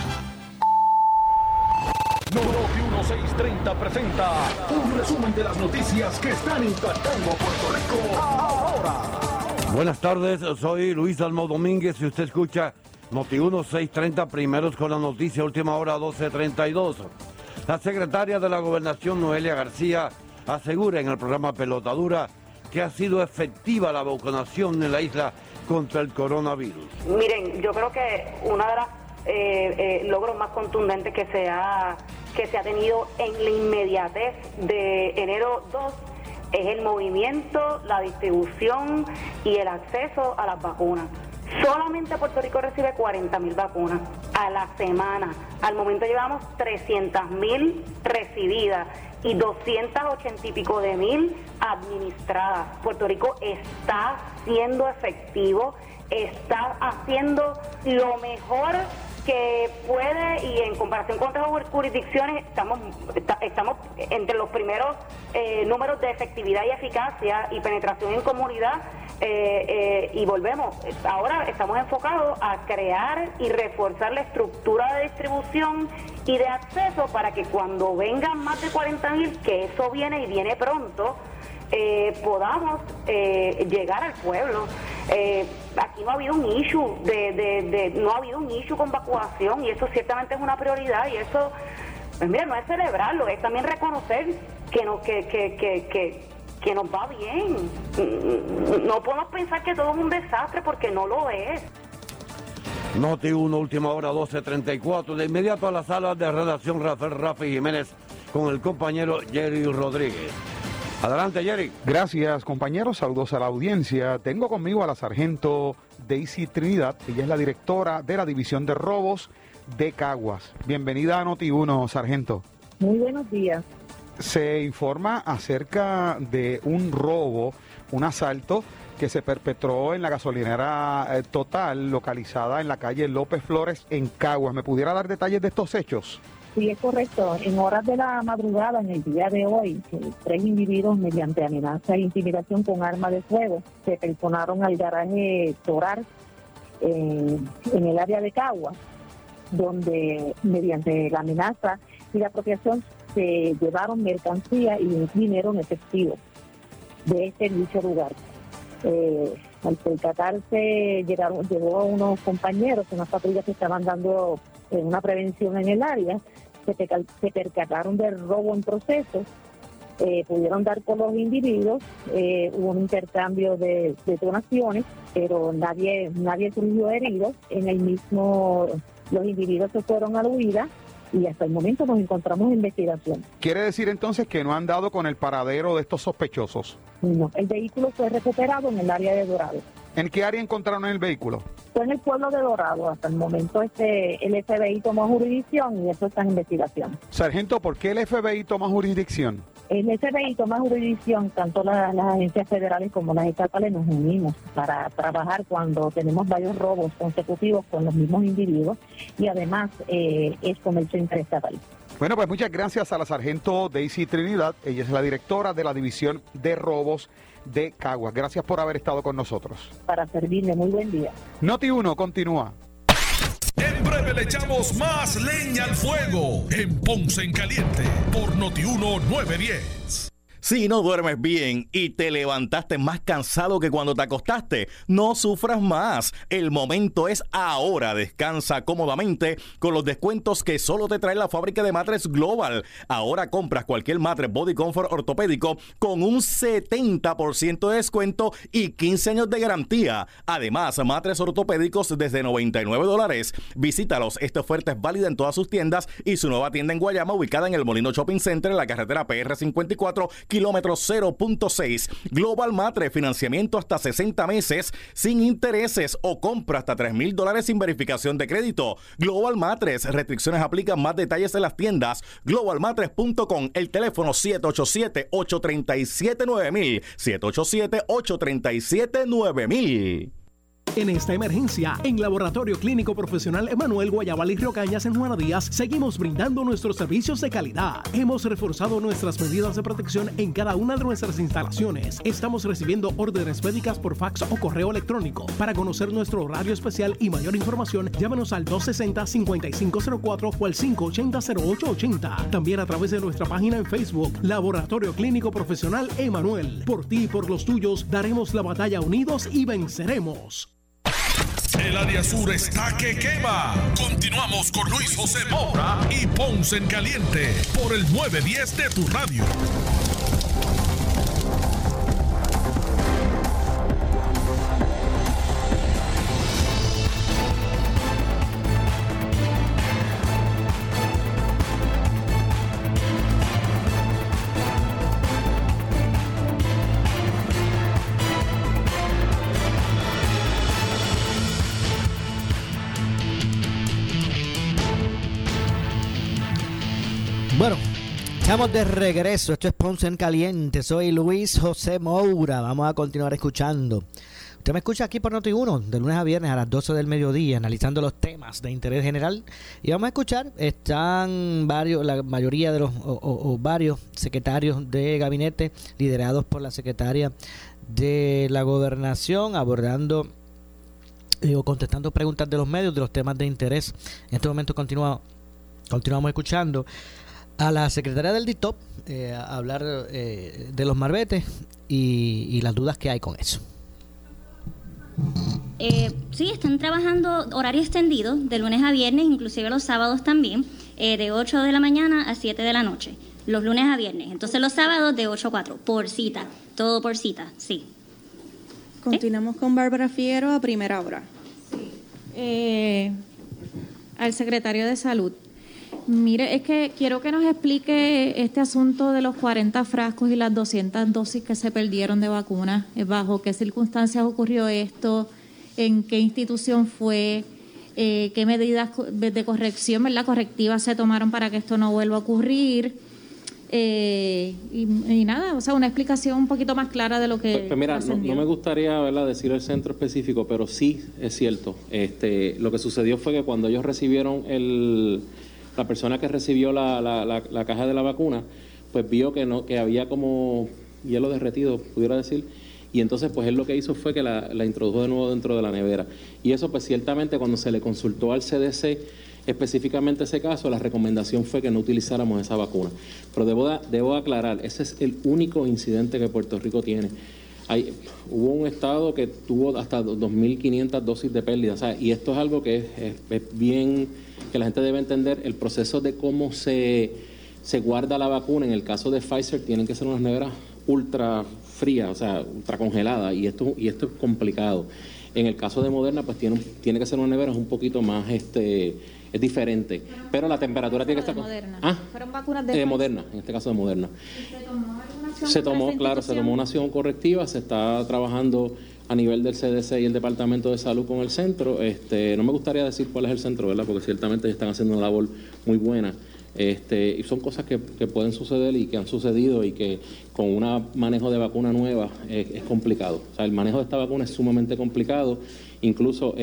Noti 1630 presenta un resumen de las noticias que están impactando Puerto Rico ahora. Buenas tardes, soy Luis Almo Domínguez y usted escucha Noti 1630 Primeros con la noticia, última hora 12:32. La secretaria de la Gobernación, Noelia García, asegura en el programa Pelotadura que ha sido efectiva la vacunación en la isla contra el coronavirus. Miren, yo creo que una de las logros más contundentes que se ha tenido en la inmediatez de enero 2 es el movimiento, la distribución y el acceso a las vacunas. Solamente Puerto Rico recibe 40,000 vacunas a la semana. Al momento llevamos 300,000 recibidas y 280 y pico de mil administradas. Puerto Rico está siendo efectivo, está haciendo lo mejor que puede, y en comparación con otras jurisdicciones estamos entre los primeros números de efectividad y eficacia y penetración en comunidad, y volvemos, ahora estamos enfocados a crear y reforzar la estructura de distribución y de acceso para que cuando vengan más de 40,000, que eso viene y viene pronto, podamos llegar al pueblo. Aquí no ha habido un issue no ha habido un issue con vacunación, y eso ciertamente es una prioridad, y eso, pues mira, no es celebrarlo, es también reconocer que nos va bien. No podemos pensar que todo es un desastre, porque no lo es. Noti 1, última hora 12:34. De inmediato a la sala de redacción Rafi Jiménez con el compañero Jerry Rodríguez. Adelante, Jerry. Gracias, compañeros. Saludos a la audiencia. Tengo conmigo a la sargento Daisy Trinidad. Ella es la directora de la División de Robos de Caguas. Bienvenida a Noti1, sargento. Muy buenos días. Se informa acerca de un robo, un asalto que se perpetró en la gasolinera Total, localizada en la calle López Flores, en Caguas. ¿Me pudiera dar detalles de estos hechos? Sí, es correcto. En horas de la madrugada, en el día de hoy, 3 individuos, mediante amenaza e intimidación con arma de fuego, se personaron al garaje Toral en el área de Caguas, donde mediante la amenaza y la apropiación se llevaron mercancía y dinero en efectivo de dicho lugar. Al percatarse, llegó unos compañeros, unas patrullas que estaban dando una prevención en el área, se percataron del robo en proceso, pudieron dar con los individuos, hubo un intercambio de detonaciones, pero nadie surgió herido. En el mismo, los individuos se fueron a la huida y hasta el momento nos encontramos en investigación. ¿Quiere decir entonces que no han dado con el paradero de estos sospechosos? No, el vehículo fue recuperado en el área de Dorado. ¿En qué área encontraron el vehículo? Fue en el pueblo de Dorado. Hasta el momento el FBI tomó jurisdicción y eso está en investigación. Sargento, ¿por qué el FBI toma jurisdicción? El FBI toma jurisdicción, tanto las agencias federales como las estatales nos unimos para trabajar cuando tenemos varios robos consecutivos con los mismos individuos y además es comercio interestatal. Bueno, pues muchas gracias a la sargento Daisy Trinidad. Ella es la directora de la División de Robos de Caguas. Gracias por haber estado con nosotros. Para servirle, muy buen día. Noti1 continúa. En breve le echamos más leña al fuego en Ponce en Caliente por Noti1 910. Si no duermes bien y te levantaste más cansado que cuando te acostaste, no sufras más. El momento es ahora. Descansa cómodamente con los descuentos que solo te trae la fábrica de matres Global. Ahora compras cualquier matres Body Comfort ortopédico con un 70% de descuento y 15 años de garantía. Además, matres ortopédicos desde $99. Visítalos. Esta oferta es válida en todas sus tiendas y su nueva tienda en Guayama, ubicada en el Molino Shopping Center en la carretera PR 54, kilómetro 0.6. Global Matre, financiamiento hasta 60 meses sin intereses o compra hasta $3,000 sin verificación de crédito. Global Matres, restricciones aplican, más detalles en las tiendas globalmatres.com. El teléfono 787-837-9000, 787-837-9000. En esta emergencia, en Laboratorio Clínico Profesional Emanuel Guayabal y Río Cañas en Juana Díaz, seguimos brindando nuestros servicios de calidad. Hemos reforzado nuestras medidas de protección en cada una de nuestras instalaciones. Estamos recibiendo órdenes médicas por fax o correo electrónico. Para conocer nuestro horario especial y mayor información, llámanos al 260-5504 o al 580-0880. También a través de nuestra página en Facebook, Laboratorio Clínico Profesional Emanuel. Por ti y por los tuyos, daremos la batalla unidos y venceremos. El área sur está que quema. Continuamos con Luis José Moura y Ponce en Caliente por el 910 de tu radio. Bueno, estamos de regreso. Esto es Ponce en Caliente. Soy Luis José Moura. Vamos a continuar escuchando. Usted me escucha aquí por Noti1 de lunes a viernes a las 12 del mediodía, analizando los temas de interés general. Y vamos a escuchar, están la mayoría de los o varios secretarios de gabinete liderados por la secretaria de la Gobernación, abordando o contestando preguntas de los medios de los temas de interés. En este momento continuamos escuchando a la secretaria del DITOP a hablar de los marbetes y las dudas que hay con eso. Sí, están trabajando horario extendido de lunes a viernes, inclusive los sábados también, de 8 de la mañana a 7 de la noche, los lunes a viernes. Entonces los sábados de 8 a 4, por cita, todo por cita, sí. Continuamos con Bárbara Figueroa a primera hora. Al secretario de Salud. Mire, es que quiero que nos explique este asunto de los 40 frascos y las 200 dosis que se perdieron de vacunas. ¿Bajo qué circunstancias ocurrió esto? ¿En qué institución fue? ¿Qué medidas de corrección, correctivas se tomaron para que esto no vuelva a ocurrir? Y nada, o sea, una explicación un poquito más clara de lo que pues mira, no me gustaría, ¿verdad?, decir el centro específico, pero sí es cierto. Lo que sucedió fue que cuando ellos recibieron la persona que recibió la caja de la vacuna, pues vio que había como hielo derretido, pudiera decir, y entonces pues él lo que hizo fue que la introdujo de nuevo dentro de la nevera. Y eso pues ciertamente cuando se le consultó al CDC específicamente ese caso, la recomendación fue que no utilizáramos esa vacuna. Pero debo aclarar, ese es el único incidente que Puerto Rico tiene. Hubo un estado que tuvo hasta 2.500 dosis de pérdida, o sea, y esto es algo que es bien, que la gente debe entender, el proceso de cómo se guarda la vacuna. En el caso de Pfizer tienen que ser unas neveras ultra frías, o sea, ultra congeladas, y esto es complicado. En el caso de Moderna, pues tiene que ser una nevera un poquito más, es diferente, pero la temperatura tiene que estar... Moderna. ¿Ah? ¿Fueron vacunas de Moderna, en este caso de Moderna. ¿Se tomó alguna acción? Se tomó una acción correctiva, se está trabajando a nivel del CDC y el Departamento de Salud con el centro. No me gustaría decir cuál es el centro, ¿verdad? Porque ciertamente están haciendo una labor muy buena. Y son cosas que pueden suceder y que han sucedido y que con un manejo de vacuna nueva es complicado. O sea, el manejo de esta vacuna es sumamente complicado. Incluso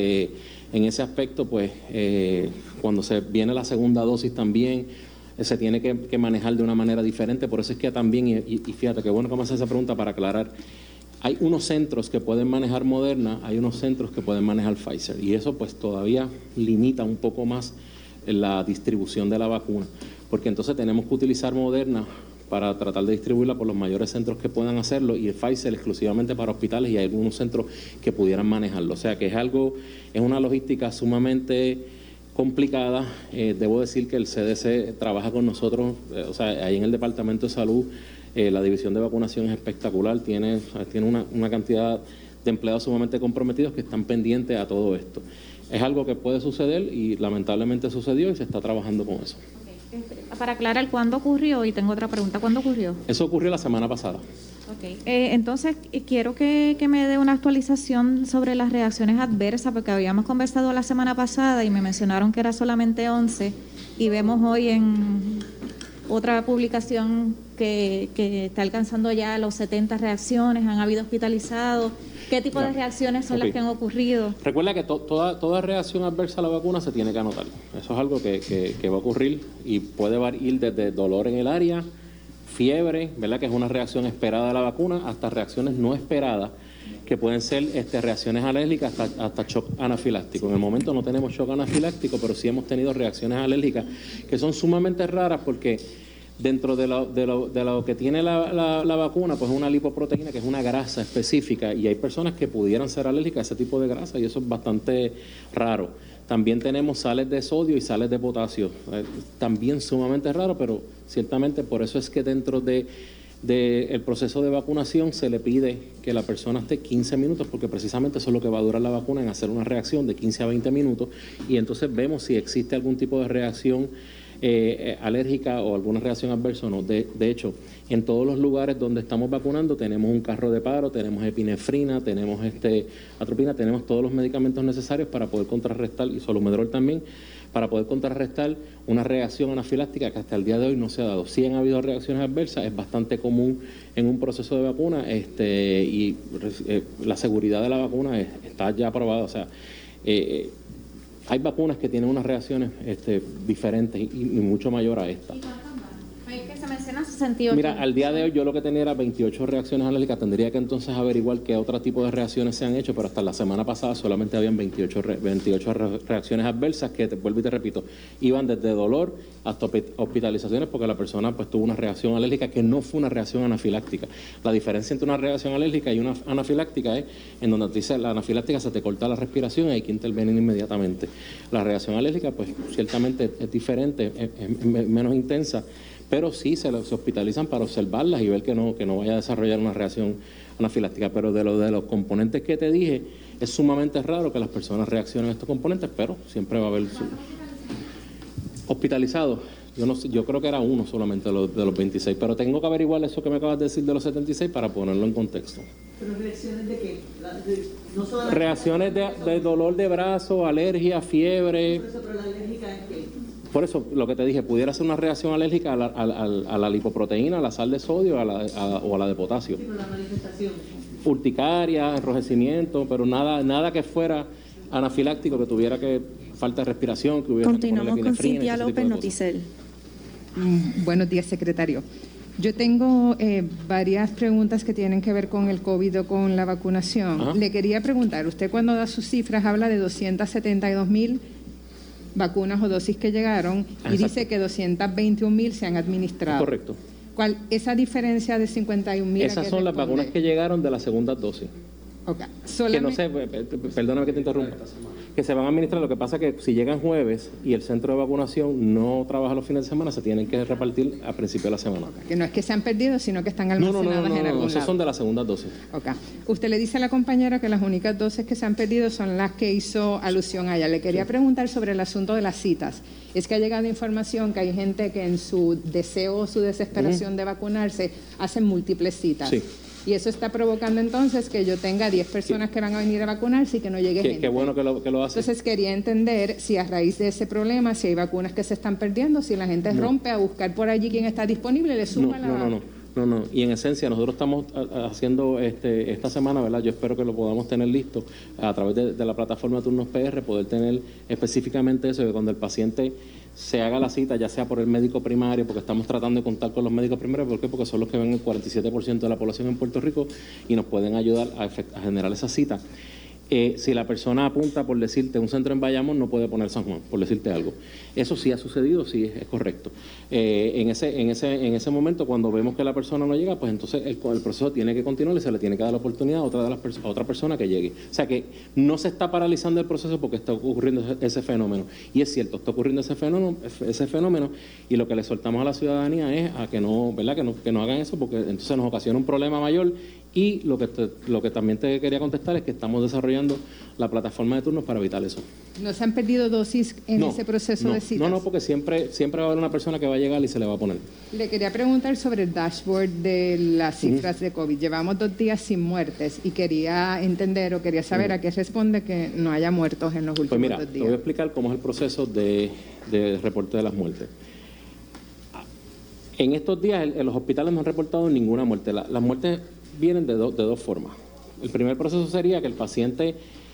en ese aspecto, pues, cuando se viene la segunda dosis también, se tiene que manejar de una manera diferente. Por eso es que también, y fíjate, qué bueno que me haces esa pregunta para aclarar, hay unos centros que pueden manejar Moderna, hay unos centros que pueden manejar Pfizer. Y eso pues todavía limita un poco más la distribución de la vacuna, porque entonces tenemos que utilizar Moderna para tratar de distribuirla por los mayores centros que puedan hacerlo y el Pfizer exclusivamente para hospitales, y hay algunos centros que pudieran manejarlo. O sea que es una logística sumamente complicada. Debo decir que el CDC trabaja con nosotros, o sea, ahí en el Departamento de Salud, la división de vacunación es espectacular, tiene una cantidad de empleados sumamente comprometidos que están pendientes a todo esto. Es algo que puede suceder y lamentablemente sucedió y se está trabajando con eso. Para aclarar, ¿cuándo ocurrió? Y tengo otra pregunta, ¿cuándo ocurrió? Eso ocurrió la semana pasada. Entonces, quiero que me dé una actualización sobre las reacciones adversas, porque habíamos conversado la semana pasada y me mencionaron que era solamente 11 y vemos hoy en otra publicación que está alcanzando ya los 70 reacciones, han habido hospitalizados. ¿Qué tipo de reacciones son las que han ocurrido? Recuerda que toda reacción adversa a la vacuna se tiene que anotar. Eso es algo que va a ocurrir y puede ir desde dolor en el área, fiebre, ¿verdad?, que es una reacción esperada a la vacuna, hasta reacciones no esperadas, que pueden ser reacciones alérgicas hasta shock anafiláctico. En el momento no tenemos shock anafiláctico, pero sí hemos tenido reacciones alérgicas que son sumamente raras porque dentro de lo que tiene la vacuna, pues es una lipoproteína que es una grasa específica y hay personas que pudieran ser alérgicas a ese tipo de grasa y eso es bastante raro. También tenemos sales de sodio y sales de potasio, también sumamente raro, pero ciertamente por eso es que dentro del proceso de vacunación se le pide que la persona esté 15 minutos, porque precisamente eso es lo que va a durar la vacuna, en hacer una reacción de 15 a 20 minutos y entonces vemos si existe algún tipo de reacción alérgica o alguna reacción adversa o no. De hecho, en todos los lugares donde estamos vacunando tenemos un carro de paro, tenemos epinefrina, tenemos atropina, tenemos todos los medicamentos necesarios para poder contrarrestar, y solumedrol también, para poder contrarrestar una reacción anafiláctica que hasta el día de hoy no se ha dado. Sí han habido reacciones adversas, es bastante común en un proceso de vacuna y la seguridad de la vacuna está ya aprobada, o sea, hay vacunas que tienen unas reacciones diferentes y mucho mayor a esta. Que se menciona 68. Mira, al día de hoy yo lo que tenía era 28 reacciones alérgicas. Tendría que entonces averiguar qué otro tipo de reacciones se han hecho, pero hasta la semana pasada solamente habían 28 reacciones adversas que, vuelvo y te repito, iban desde dolor hasta hospitalizaciones porque la persona pues tuvo una reacción alérgica que no fue una reacción anafiláctica. La diferencia entre una reacción alérgica y una anafiláctica es en donde dice la anafiláctica se te corta la respiración y hay que intervenir inmediatamente. La reacción alérgica pues ciertamente es diferente, es menos intensa, pero sí se hospitalizan para observarlas y ver que no vaya a desarrollar una reacción anafiláctica. Pero de los componentes que te dije, es sumamente raro que las personas reaccionen a estos componentes, pero siempre va a haber hospitalizados. Yo creo que era uno solamente de los 26, pero tengo que averiguar eso que me acabas de decir de los 76 para ponerlo en contexto. ¿Pero reacciones de qué? No solo reacciones de dolor de brazo, alergia, fiebre. ¿Pero la alérgica es qué? Por eso, lo que te dije, pudiera ser una reacción alérgica a la lipoproteína, a la sal de sodio o a la de potasio. Sí, pero la manifestación. Urticaria, enrojecimiento, pero nada que fuera anafiláctico, que tuviera falta de respiración, que hubiera Continuamos con Cintia López, Noticel. Buenos días, secretario. Yo tengo varias preguntas que tienen que ver con el COVID o con la vacunación. Ajá. Le quería preguntar, usted cuando da sus cifras habla de 272,000 vacunas o dosis que llegaron. Exacto. Y dice que 221,000 se han administrado. Correcto. Esa diferencia de 51,000? Esas son las vacunas que llegaron de la segunda dosis. Okay. Que no sé, perdóname que te interrumpa, que se van a administrar. Lo que pasa es que si llegan jueves y el centro de vacunación no trabaja los fines de semana, se tienen que repartir a principio de la semana. Okay. Que no es que se han perdido, sino que están almacenadas en algún esos son de la segunda dosis. Okay. Usted le dice a la compañera que las únicas dosis que se han perdido son las que hizo alusión a ella. Le quería preguntar sobre el asunto de las citas. Es que ha llegado información que hay gente que en su deseo o su desesperación de vacunarse hacen múltiples citas. Sí. Y eso está provocando entonces que yo tenga 10 personas que van a venir a vacunarse y que no llegue gente. Qué bueno que lo hace. Entonces quería entender si a raíz de ese problema, si hay vacunas que se están perdiendo, si la gente rompe a buscar por allí quién está disponible, le suma No. Y en esencia nosotros estamos haciendo esta semana, ¿verdad? Yo espero que lo podamos tener listo a través de la plataforma Turnos PR, poder tener específicamente eso, que cuando el paciente se haga la cita, ya sea por el médico primario, porque estamos tratando de contar con los médicos primarios. ¿Por qué? Porque son los que ven el 47% de la población en Puerto Rico y nos pueden ayudar a generar esa cita. Si la persona apunta, por decirte, un centro en Bayamón, no puede poner San Juan, por decirte algo. Eso sí ha sucedido, sí es correcto. En ese momento, cuando vemos que la persona no llega, pues entonces el proceso tiene que continuar y se le tiene que dar la oportunidad a otra persona que llegue. O sea que no se está paralizando el proceso porque está ocurriendo ese fenómeno. Y es cierto, está ocurriendo ese fenómeno y lo que le soltamos a la ciudadanía es a que no, ¿verdad? Que no hagan eso, porque entonces nos ocasiona un problema mayor. Y lo que también te quería contestar es que estamos desarrollando la plataforma de turnos para evitar eso. ¿No se han perdido dosis en ese proceso de citas? No, porque siempre va a haber una persona que va a llegar y se le va a poner. Le quería preguntar sobre el dashboard de las cifras de COVID. Llevamos 2 días sin muertes y quería entender o quería saber a qué responde que no haya muertos en los últimos 2 días. Te voy a explicar cómo es el proceso de reporte de las muertes. En estos días en los hospitales no han reportado ninguna muerte. Las muertes vienen de dos formas. El primer proceso sería que el paciente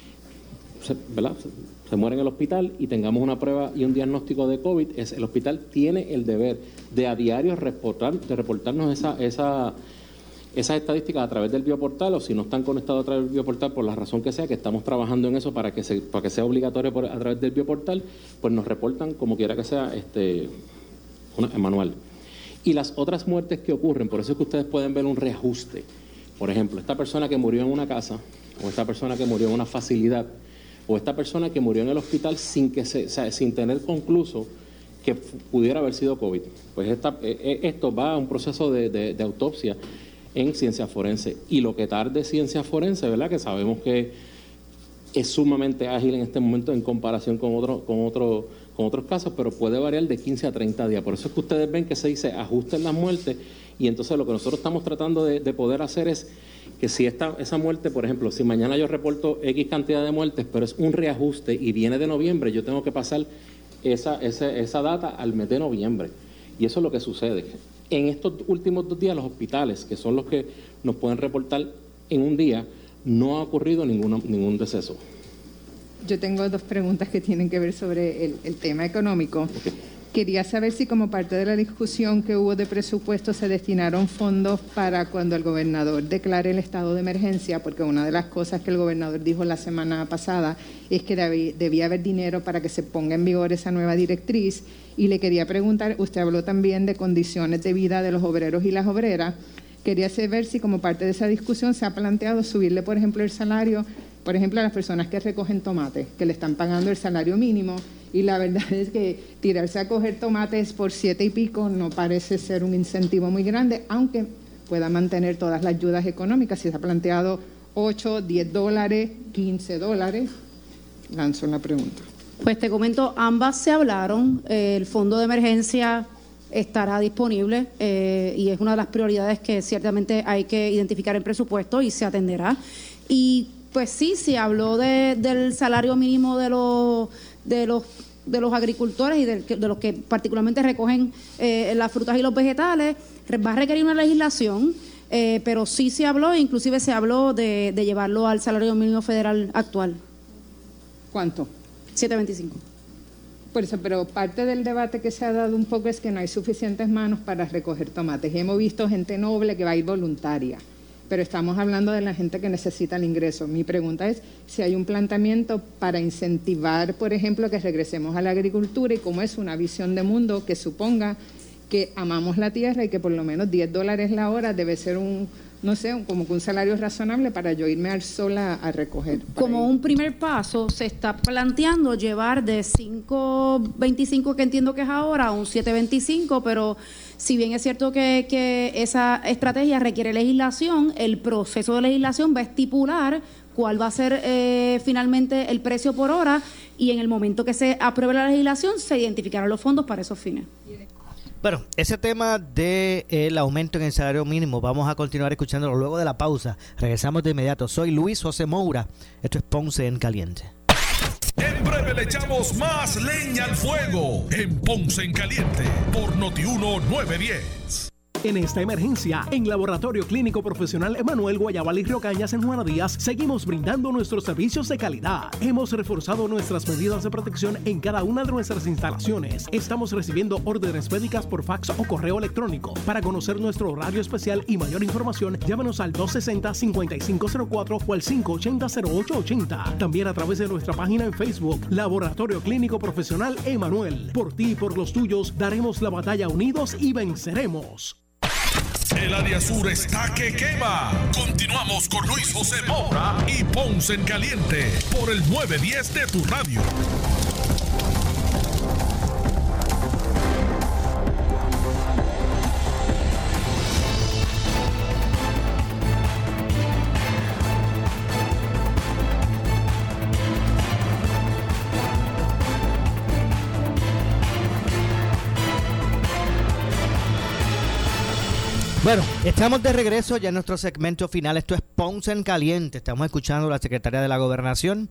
se muere en el hospital y tengamos una prueba y un diagnóstico de COVID. El hospital tiene el deber de a diario reportarnos esas estadísticas a través del bioportal, o si no están conectados a través del bioportal por la razón que sea, que estamos trabajando en eso para que sea obligatorio a través del bioportal, pues nos reportan como quiera que sea manual. Y las otras muertes que ocurren, por eso es que ustedes pueden ver un reajuste. Por ejemplo, esta persona que murió en una casa, o esta persona que murió en una facilidad, o esta persona que murió en el hospital sin tener concluso que pudiera haber sido COVID. Pues esto va a un proceso de autopsia en ciencia forense. Y lo que tarde ciencia forense, ¿verdad? Que sabemos que es sumamente ágil en este momento en comparación con otros casos, pero puede variar de 15 a 30 días. Por eso es que ustedes ven que se dice ajusten las muertes, y entonces lo que nosotros estamos tratando de poder hacer es que si esa muerte, por ejemplo, si mañana yo reporto X cantidad de muertes, pero es un reajuste y viene de noviembre, yo tengo que pasar esa data al mes de noviembre. Y eso es lo que sucede. En estos últimos 2 días, los hospitales, que son los que nos pueden reportar en un día, no ha ocurrido ningún deceso. Yo tengo 2 preguntas que tienen que ver sobre el tema económico. Okay. Quería saber si como parte de la discusión que hubo de presupuesto se destinaron fondos para cuando el gobernador declare el estado de emergencia, porque una de las cosas que el gobernador dijo la semana pasada es que debía haber dinero para que se ponga en vigor esa nueva directriz. Y le quería preguntar, usted habló también de condiciones de vida de los obreros y las obreras. Quería saber si como parte de esa discusión se ha planteado subirle, por ejemplo, el salario, por ejemplo, a las personas que recogen tomates, que le están pagando el salario mínimo, y la verdad es que tirarse a coger tomates por 7 y pico no parece ser un incentivo muy grande, aunque pueda mantener todas las ayudas económicas. Si se ha planteado $8, $10, $15, lanzo la pregunta. Pues te comento, ambas se hablaron, el fondo de emergencia estará disponible y es una de las prioridades que ciertamente hay que identificar en presupuesto y se atenderá. Y pues sí, se habló del salario mínimo de los agricultores y de los que particularmente recogen las frutas y los vegetales. Va a requerir una legislación, pero sí se habló, inclusive se habló de llevarlo al salario mínimo federal actual. ¿Cuánto? 7.25. Por eso, pero parte del debate que se ha dado un poco es que no hay suficientes manos para recoger tomates. Y hemos visto gente noble que va a ir voluntaria, pero estamos hablando de la gente que necesita el ingreso. Mi pregunta es si hay un planteamiento para incentivar, por ejemplo, que regresemos a la agricultura y cómo es una visión de mundo que suponga que amamos la tierra y que por lo menos $10 la hora debe ser como que un salario razonable para yo irme al sol a recoger. Como un primer paso, se está planteando llevar de 5.25 que entiendo que es ahora a un 7.25, pero si bien es cierto que esa estrategia requiere legislación, el proceso de legislación va a estipular cuál va a ser finalmente el precio por hora y en el momento que se apruebe la legislación se identificarán los fondos para esos fines. Bueno, ese tema del aumento en el salario mínimo vamos a continuar escuchándolo luego de la pausa. Regresamos de inmediato. Soy Luis José Moura. Esto es Ponce en Caliente. En breve le echamos más leña al fuego en Ponce en Caliente por Noti1 910. En esta emergencia, en Laboratorio Clínico Profesional Emanuel Guayabal y Río Cañas en Juana Díaz, seguimos brindando nuestros servicios de calidad. Hemos reforzado nuestras medidas de protección en cada una de nuestras instalaciones. Estamos recibiendo órdenes médicas por fax o correo electrónico. Para conocer nuestro horario especial y mayor información, llámanos al 260-5504 o al 580-0880. También a través de nuestra página en Facebook, Laboratorio Clínico Profesional Emanuel. Por ti y por los tuyos, daremos la batalla unidos y venceremos. El área sur está que quema. Continuamos con Luis José Moura y Ponce en Caliente por el 910 de tu radio. Bueno, estamos de regreso ya en nuestro segmento final. Esto es Ponce en Caliente. Estamos escuchando a la secretaria de la Gobernación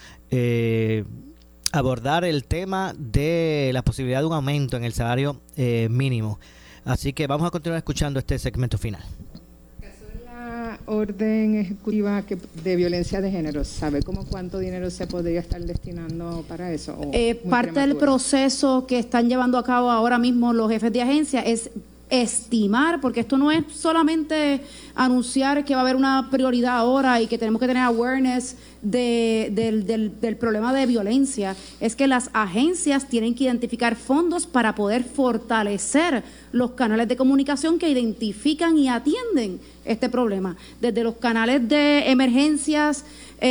abordar el tema de la posibilidad de un aumento en el salario mínimo. Así que vamos a continuar escuchando este segmento final. La orden ejecutiva de violencia de género, ¿sabe cómo cuánto dinero se podría estar destinando para eso? Parte del proceso que están llevando a cabo ahora mismo los jefes de agencia es estimar, porque esto no es solamente anunciar que va a haber una prioridad ahora y que tenemos que tener awareness del problema de violencia, es que las agencias tienen que identificar fondos para poder fortalecer los canales de comunicación que identifican y atienden este problema, desde los canales de emergencias,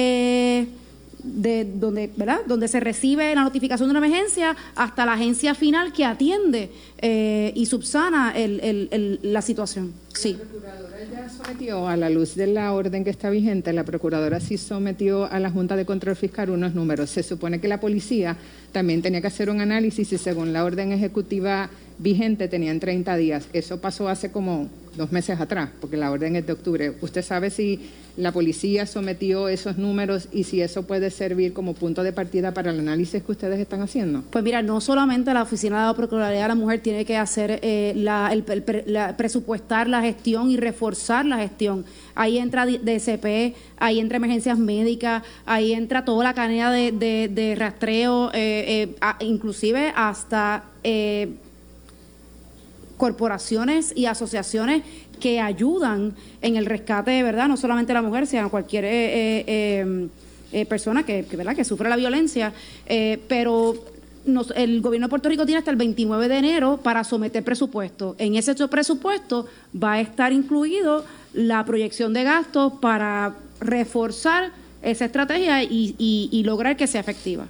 donde se recibe la notificación de una emergencia hasta la agencia final que atiende y subsana la situación. Sí. La procuradora ya sometió, a la luz de la orden que está vigente, la procuradora sí sometió a la Junta de Control Fiscal unos números. Se supone que la policía también tenía que hacer un análisis y según la orden ejecutiva vigente tenían 30 días. Eso pasó hace como 2 meses atrás, porque la orden es de octubre. ¿Usted sabe si la policía sometió esos números y si eso puede servir como punto de partida para el análisis que ustedes están haciendo? Pues mira, no solamente la Oficina de la Procuraduría de la Mujer tiene que hacer presupuestar la gestión y reforzar la gestión. Ahí entra DCP, ahí entra emergencias médicas, ahí entra toda la cadena de rastreo, inclusive hasta corporaciones y asociaciones que ayudan en el rescate, ¿verdad? No solamente la mujer, sino cualquier persona ¿verdad? Que sufre la violencia, pero el gobierno de Puerto Rico tiene hasta el 29 de enero para someter presupuesto. En ese presupuesto va a estar incluido la proyección de gastos para reforzar esa estrategia y lograr que sea efectiva.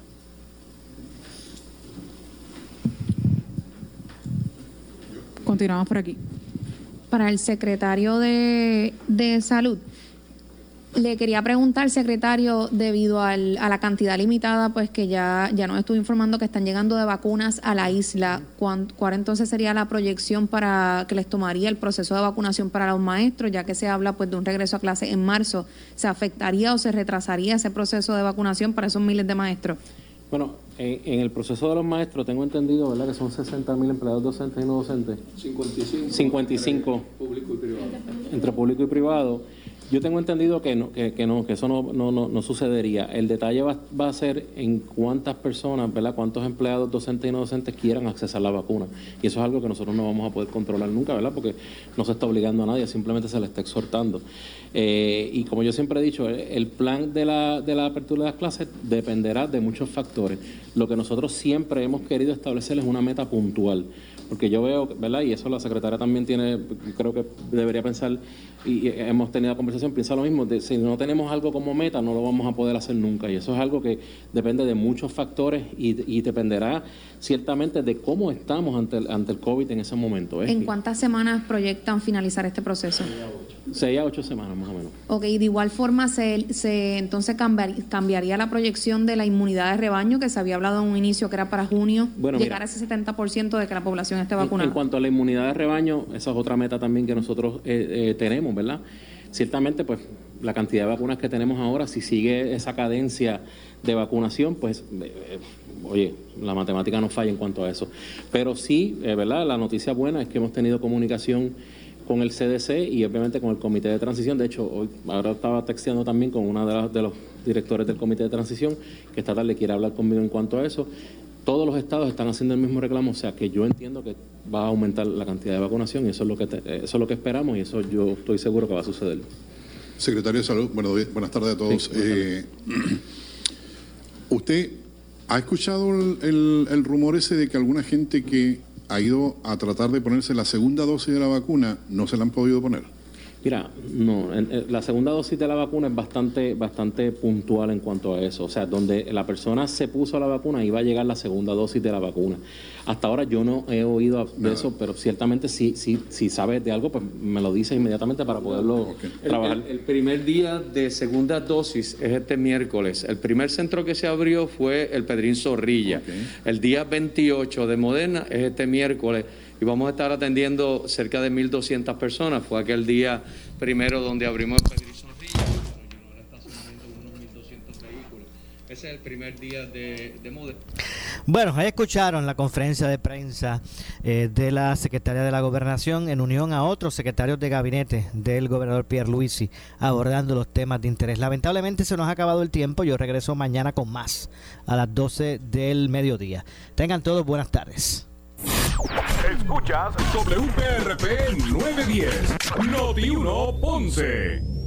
Continuamos por aquí. Para el secretario de Salud, le quería preguntar, secretario, debido a la cantidad limitada, pues que ya nos estuvo informando que están llegando de vacunas a la isla, ¿cuál entonces sería la proyección para que les tomaría el proceso de vacunación para los maestros, ya que se habla pues de un regreso a clase en marzo? ¿Se afectaría o se retrasaría ese proceso de vacunación para esos miles de maestros? Bueno, en el proceso de los maestros tengo entendido, ¿verdad?, que son 60,000 empleados docentes y no docentes. 55. Público y privado. Entre público y privado. Yo tengo entendido que eso no sucedería. El detalle va a ser en cuántas personas, ¿verdad?, cuántos empleados docentes y no docentes quieran accesar a la vacuna. Y eso es algo que nosotros no vamos a poder controlar nunca, ¿verdad?, porque no se está obligando a nadie, simplemente se le está exhortando. Y como yo siempre he dicho, el plan de la apertura de las clases dependerá de muchos factores. Lo que nosotros siempre hemos querido establecer es una meta puntual. Porque yo veo, ¿verdad? Y eso la secretaria también creo que debería pensar, y hemos tenido conversación, piensa lo mismo, si no tenemos algo como meta, no lo vamos a poder hacer nunca. Y eso es algo que depende de muchos factores y dependerá ciertamente de cómo estamos ante el COVID en ese momento. ¿En cuántas semanas proyectan finalizar este proceso? 6 a 8 semanas más o menos. Ok, de igual forma entonces cambiaría la proyección de la inmunidad de rebaño, que se había hablado en un inicio que era para junio, llegar a ese 70% de que la población esté vacunada. En cuanto a la inmunidad de rebaño, esa es otra meta también que nosotros tenemos, ¿verdad? Ciertamente, pues la cantidad de vacunas que tenemos ahora, si sigue esa cadencia de vacunación, pues, oye, la matemática no falla en cuanto a eso. Pero sí, ¿verdad? La noticia buena es que hemos tenido comunicación con el CDC y obviamente con el Comité de Transición. De hecho, ahora estaba texteando también con una de los directores del Comité de Transición, que esta tarde quiere hablar conmigo en cuanto a eso. Todos los estados están haciendo el mismo reclamo, o sea que yo entiendo que va a aumentar la cantidad de vacunación y eso es lo que esperamos y eso yo estoy seguro que va a suceder. Secretario de Salud, buenas tardes a todos. Sí, ¿usted ha escuchado el rumor ese de que alguna gente que ha ido a tratar de ponerse la segunda dosis de la vacuna no se la han podido poner? Mira, no, la segunda dosis de la vacuna es bastante puntual en cuanto a eso. O sea, donde la persona se puso la vacuna iba a llegar la segunda dosis de la vacuna. Hasta ahora yo no he oído de eso, pero ciertamente si sabes de algo, pues me lo dices inmediatamente para poderlo trabajar. El primer día de segunda dosis es este miércoles. El primer centro que se abrió fue el Pedrín Zorrilla. El día 28 de Moderna es este miércoles. Y vamos a estar atendiendo cerca de 1.200 personas. Fue aquel día primero donde abrimos el Pedrín Zorrilla, pero llenó el estacionamiento con unos 1.200 vehículos. Ese es el primer día de Moderna. Bueno, ahí escucharon la conferencia de prensa de la secretaria de la Gobernación en unión a otros secretarios de gabinete del gobernador Pierluisi abordando los temas de interés. Lamentablemente se nos ha acabado el tiempo. Yo regreso mañana con más a las 12 del mediodía. Tengan todos buenas tardes. Escuchas WPRP 910, Noti 1 Ponce.